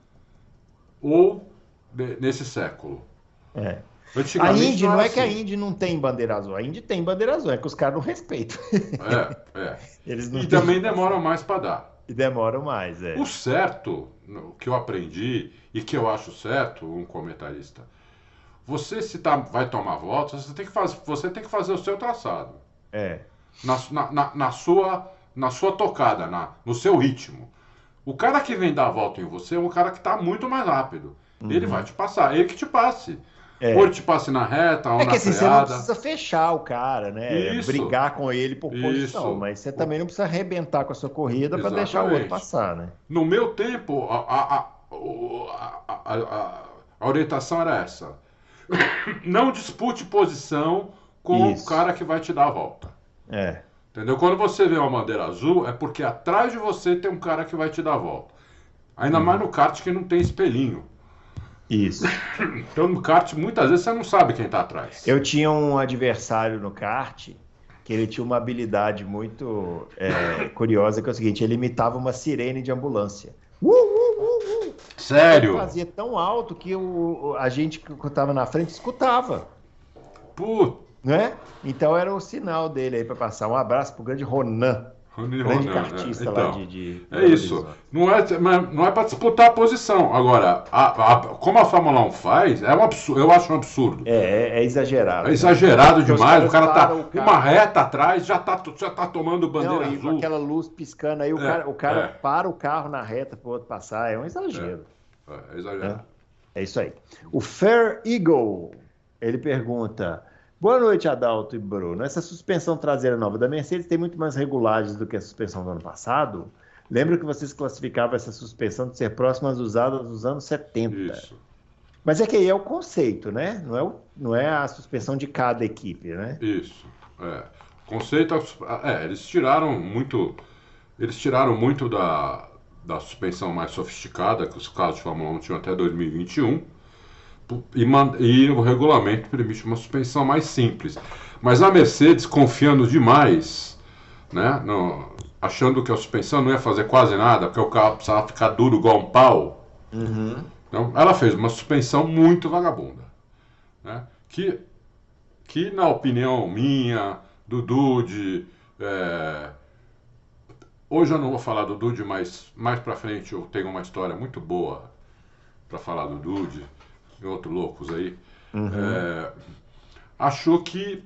Speaker 3: ou nesse século.
Speaker 2: A Indy, não é que a Indy não tem bandeira azul. A Indy tem bandeira azul, é que os caras não respeitam. Eles não
Speaker 3: também demoram mais para dar.
Speaker 2: E demoram mais,
Speaker 3: O certo, que eu aprendi e que eu acho certo, um comentarista, você vai tomar volta, você tem que fazer o seu traçado. Na sua tocada, no seu ritmo. O cara que vem dar a volta em você é um cara que está muito mais rápido. Ele vai te passar, ele que te passe. Ou ele te passe na reta, ou na freada.
Speaker 2: Você não precisa fechar o cara, né? Brigar com ele por posição, mas você também não precisa arrebentar com a sua corrida para deixar o outro passar, né?
Speaker 3: No meu tempo, a orientação era essa. Não dispute posição com o cara que vai te dar a volta. Entendeu? Quando você vê uma bandeira azul, é porque atrás de você tem um cara que vai te dar a volta. Ainda mais no kart que não tem espelhinho.
Speaker 2: Isso.
Speaker 3: Então no kart, muitas vezes, você não sabe quem está atrás.
Speaker 2: Eu tinha um adversário no kart que ele tinha uma habilidade muito curiosa, que é o seguinte, ele imitava uma sirene de ambulância.
Speaker 3: Sério?
Speaker 2: Ele fazia tão alto que a gente que estava na frente escutava. Né? Então era o sinal dele aí para passar. Um abraço pro grande Ronan. Grande kartista lá de
Speaker 3: É isso. Não é para disputar a posição. Agora, como a Fórmula 1 faz, é um absurdo. Eu acho um absurdo.
Speaker 2: É exagerado.
Speaker 3: É exagerado demais. O cara tá uma reta atrás, já tá tomando bandeira azul.
Speaker 2: Com aquela luz piscando aí, o cara para o carro na reta para o outro passar. É um exagero.
Speaker 3: É exagerado.
Speaker 2: É isso aí. O Fair Eagle, ele pergunta... Boa noite, Adalto e Bruno. Essa suspensão traseira nova da Mercedes tem muito mais regulagens do que a suspensão do ano passado? Lembro que vocês classificavam essa suspensão de ser próxima às usadas dos anos 70.
Speaker 3: Isso.
Speaker 2: Mas é que aí é o conceito, né? Não é a suspensão de cada equipe, né?
Speaker 3: Isso. O conceito... eles tiraram muito da suspensão mais sofisticada, que os carros de Fórmula 1 tinham até 2021, e o regulamento permite uma suspensão mais simples. Mas a Mercedes, confiando demais, né, achando que a suspensão não ia fazer quase nada, porque o carro precisava ficar duro igual um pau, então, ela fez uma suspensão muito vagabunda, né, que na opinião minha, do Dude, hoje eu não vou falar do Dude, mas mais pra frente eu tenho uma história muito boa para falar do Dude, e outros loucos aí, achou que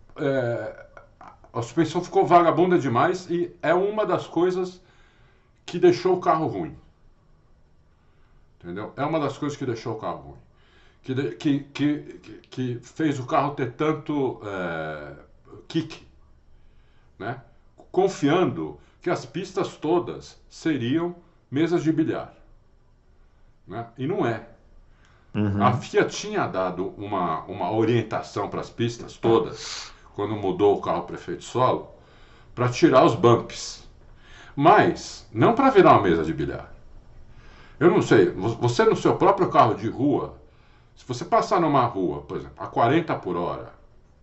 Speaker 3: a suspensão ficou vagabunda demais e é uma das coisas que deixou o carro ruim. Entendeu? É uma das coisas que deixou o carro ruim. Que fez o carro ter tanto kick, né? Confiando que as pistas todas seriam mesas de bilhar, né? E não é. A FIA tinha dado uma orientação para as pistas todas, quando mudou o carro para efeito solo, para tirar os bumps. Mas, não para virar uma mesa de bilhar. Eu não sei, você no seu próprio carro de rua, se você passar numa rua, por exemplo, a 40 por hora,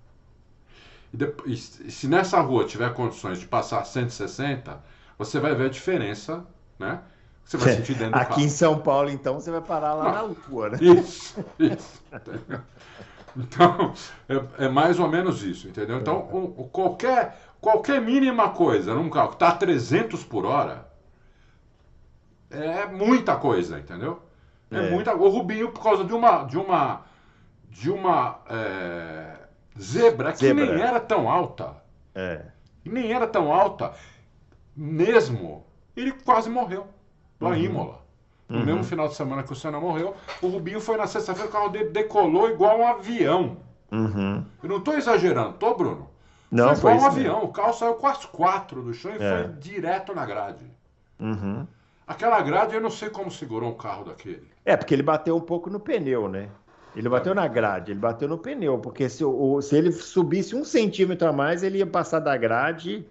Speaker 3: e se nessa rua tiver condições de passar a 160, você vai ver a diferença, né? Você vai sentir dentro do carro.
Speaker 2: Aqui em São Paulo, então, você vai parar lá na lua, né?
Speaker 3: Isso. Então, é mais ou menos isso, entendeu? Então, qualquer mínima coisa num carro que está a 300 por hora é muita coisa, entendeu? O Rubinho, por causa de uma zebra que nem era tão alta, nem era tão alta mesmo, ele quase morreu. Lá em Imola. No mesmo final de semana que o Senna morreu, o Rubinho foi na sexta-feira, o carro dele decolou igual um avião. Eu não estou exagerando, Bruno?
Speaker 2: Não,
Speaker 3: foi igual um avião. O carro saiu com as 4 do chão e foi direto na grade. Aquela grade, eu não sei como segurou um carro daquele.
Speaker 2: Porque ele bateu um pouco no pneu, né? Ele bateu na grade, ele bateu no pneu, porque se ele subisse 1 centímetro a mais, ele ia passar da grade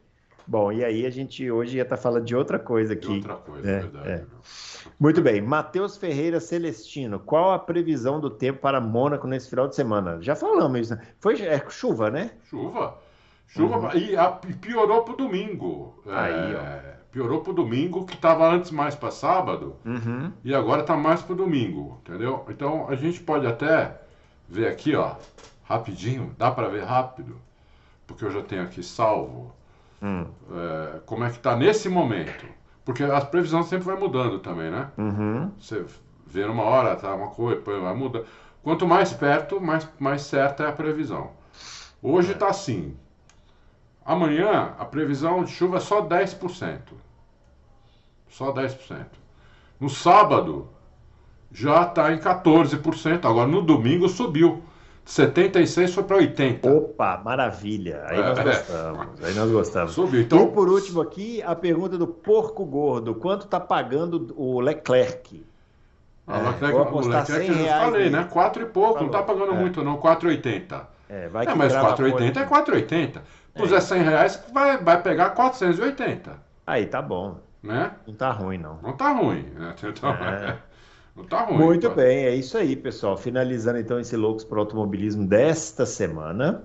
Speaker 2: Bom, e aí a gente hoje ia estar falando de outra coisa aqui.
Speaker 3: De outra coisa, é verdade.
Speaker 2: Muito bem. Matheus Ferreira Celestino, qual a previsão do tempo para Mônaco nesse final de semana? Já falamos isso, né? Chuva, né?
Speaker 3: Chuva. E piorou pro domingo.
Speaker 2: Aí, ó.
Speaker 3: Piorou pro domingo, que estava antes mais para sábado, e agora está mais pro domingo, entendeu? Então a gente pode até ver aqui, ó, rapidinho, dá para ver rápido, porque eu já tenho aqui salvo, como é que está nesse momento. Porque a previsão sempre vai mudando também, né? Você vê numa hora, tá uma coisa, depois vai mudando. Quanto mais perto, mais certa é a previsão. Hoje está assim. Amanhã, a previsão de chuva é só 10%. Só 10%. No sábado, já está em 14%. Agora, no domingo, subiu. 76% foi para 80%.
Speaker 2: Opa, maravilha. Aí nós gostamos.
Speaker 3: Subiu. Então...
Speaker 2: E por último aqui, a pergunta do Porco Gordo. Quanto está pagando o Leclerc?
Speaker 3: Vou apostar R$100. Eu falei, né? 4 e pouco. Não está pagando muito, não. 4,80. Mas 4,80 é 4,80. Puser R$100, vai pegar 480.
Speaker 2: Aí tá bom.
Speaker 3: Né?
Speaker 2: Não tá ruim, não.
Speaker 3: Não tá ruim. Né? Não tá ruim.
Speaker 2: Muito bem, é isso aí, pessoal. Finalizando então esse Loucos para o Automobilismo desta semana.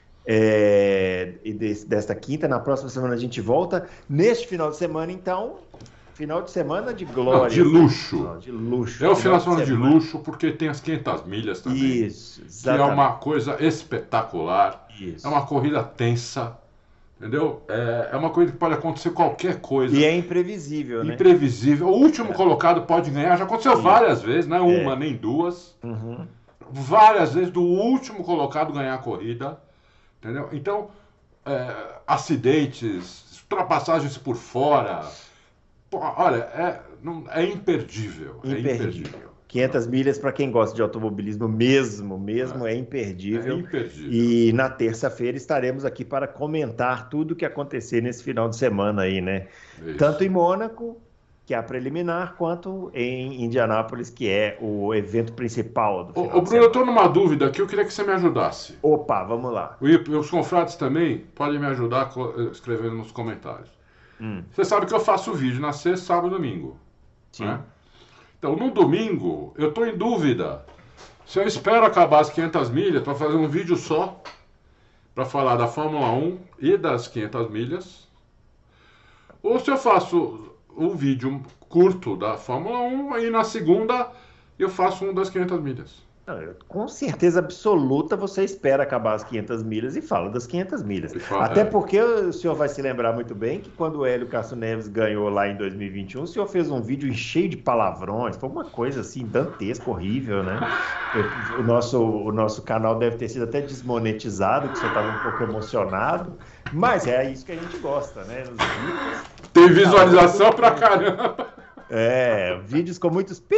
Speaker 2: E desta quinta. Na próxima semana a gente volta. Neste final de semana, então. Final de semana de glória.
Speaker 3: Não, de luxo.
Speaker 2: Não, de luxo.
Speaker 3: É o final de semana de luxo, porque tem as 500 milhas também.
Speaker 2: Isso, exatamente.
Speaker 3: Que é uma coisa espetacular.
Speaker 2: Isso.
Speaker 3: É uma corrida tensa. Entendeu? É uma coisa que pode acontecer qualquer coisa.
Speaker 2: E é imprevisível, né?
Speaker 3: Imprevisível. O último colocado pode ganhar. Já aconteceu várias vezes, não é uma nem duas. Várias vezes do último colocado ganhar a corrida. Entendeu? Então, acidentes, ultrapassagens por fora. Olha, é imperdível. É imperdível.
Speaker 2: 500 milhas para quem gosta de automobilismo mesmo é imperdível.
Speaker 3: É imperdível.
Speaker 2: E na terça-feira estaremos aqui para comentar tudo o que acontecer nesse final de semana aí, né?
Speaker 3: Isso.
Speaker 2: Tanto em Mônaco, que é a preliminar, quanto em Indianápolis, que é o evento principal do final de
Speaker 3: Bruno,
Speaker 2: semana.
Speaker 3: eu estou numa dúvida aqui, eu queria que você me ajudasse.
Speaker 2: Opa, vamos lá.
Speaker 3: Os confrades também podem me ajudar escrevendo nos comentários. Você sabe que eu faço vídeo na sexta, sábado e domingo.
Speaker 2: Sim.
Speaker 3: Né? Então, no domingo, eu estou em dúvida se eu espero acabar as 500 milhas para fazer um vídeo só para falar da Fórmula 1 e das 500 milhas, ou se eu faço um vídeo curto da Fórmula 1 e na segunda eu faço um das 500 milhas.
Speaker 2: Com certeza absoluta você espera acabar as 500 milhas e fala das 500 milhas. Até porque o senhor vai se lembrar muito bem que quando o Hélio Castro Neves ganhou lá em 2021, o senhor fez um vídeo cheio de palavrões, foi uma coisa assim dantesca, horrível, né? O nosso canal deve ter sido até desmonetizado, que o senhor estava um pouco emocionado, mas é isso que a gente gosta, né? Os vídeos,
Speaker 3: tem visualização pra caramba.
Speaker 2: Vídeos com muitos pi,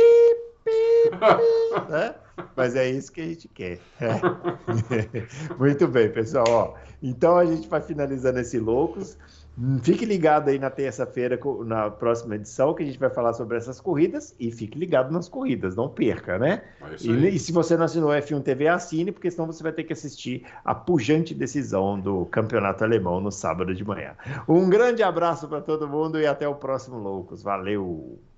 Speaker 2: né? Mas é isso que a gente quer. Muito bem, pessoal. Ó, então a gente vai finalizando esse Loucos. Fique ligado aí na terça-feira, na próxima edição, que a gente vai falar sobre essas corridas. E fique ligado nas corridas, não perca, né? E se você não assinou o F1 TV, assine, porque senão você vai ter que assistir a pujante decisão do Campeonato Alemão no sábado de manhã. Um grande abraço para todo mundo e até o próximo Loucos. Valeu!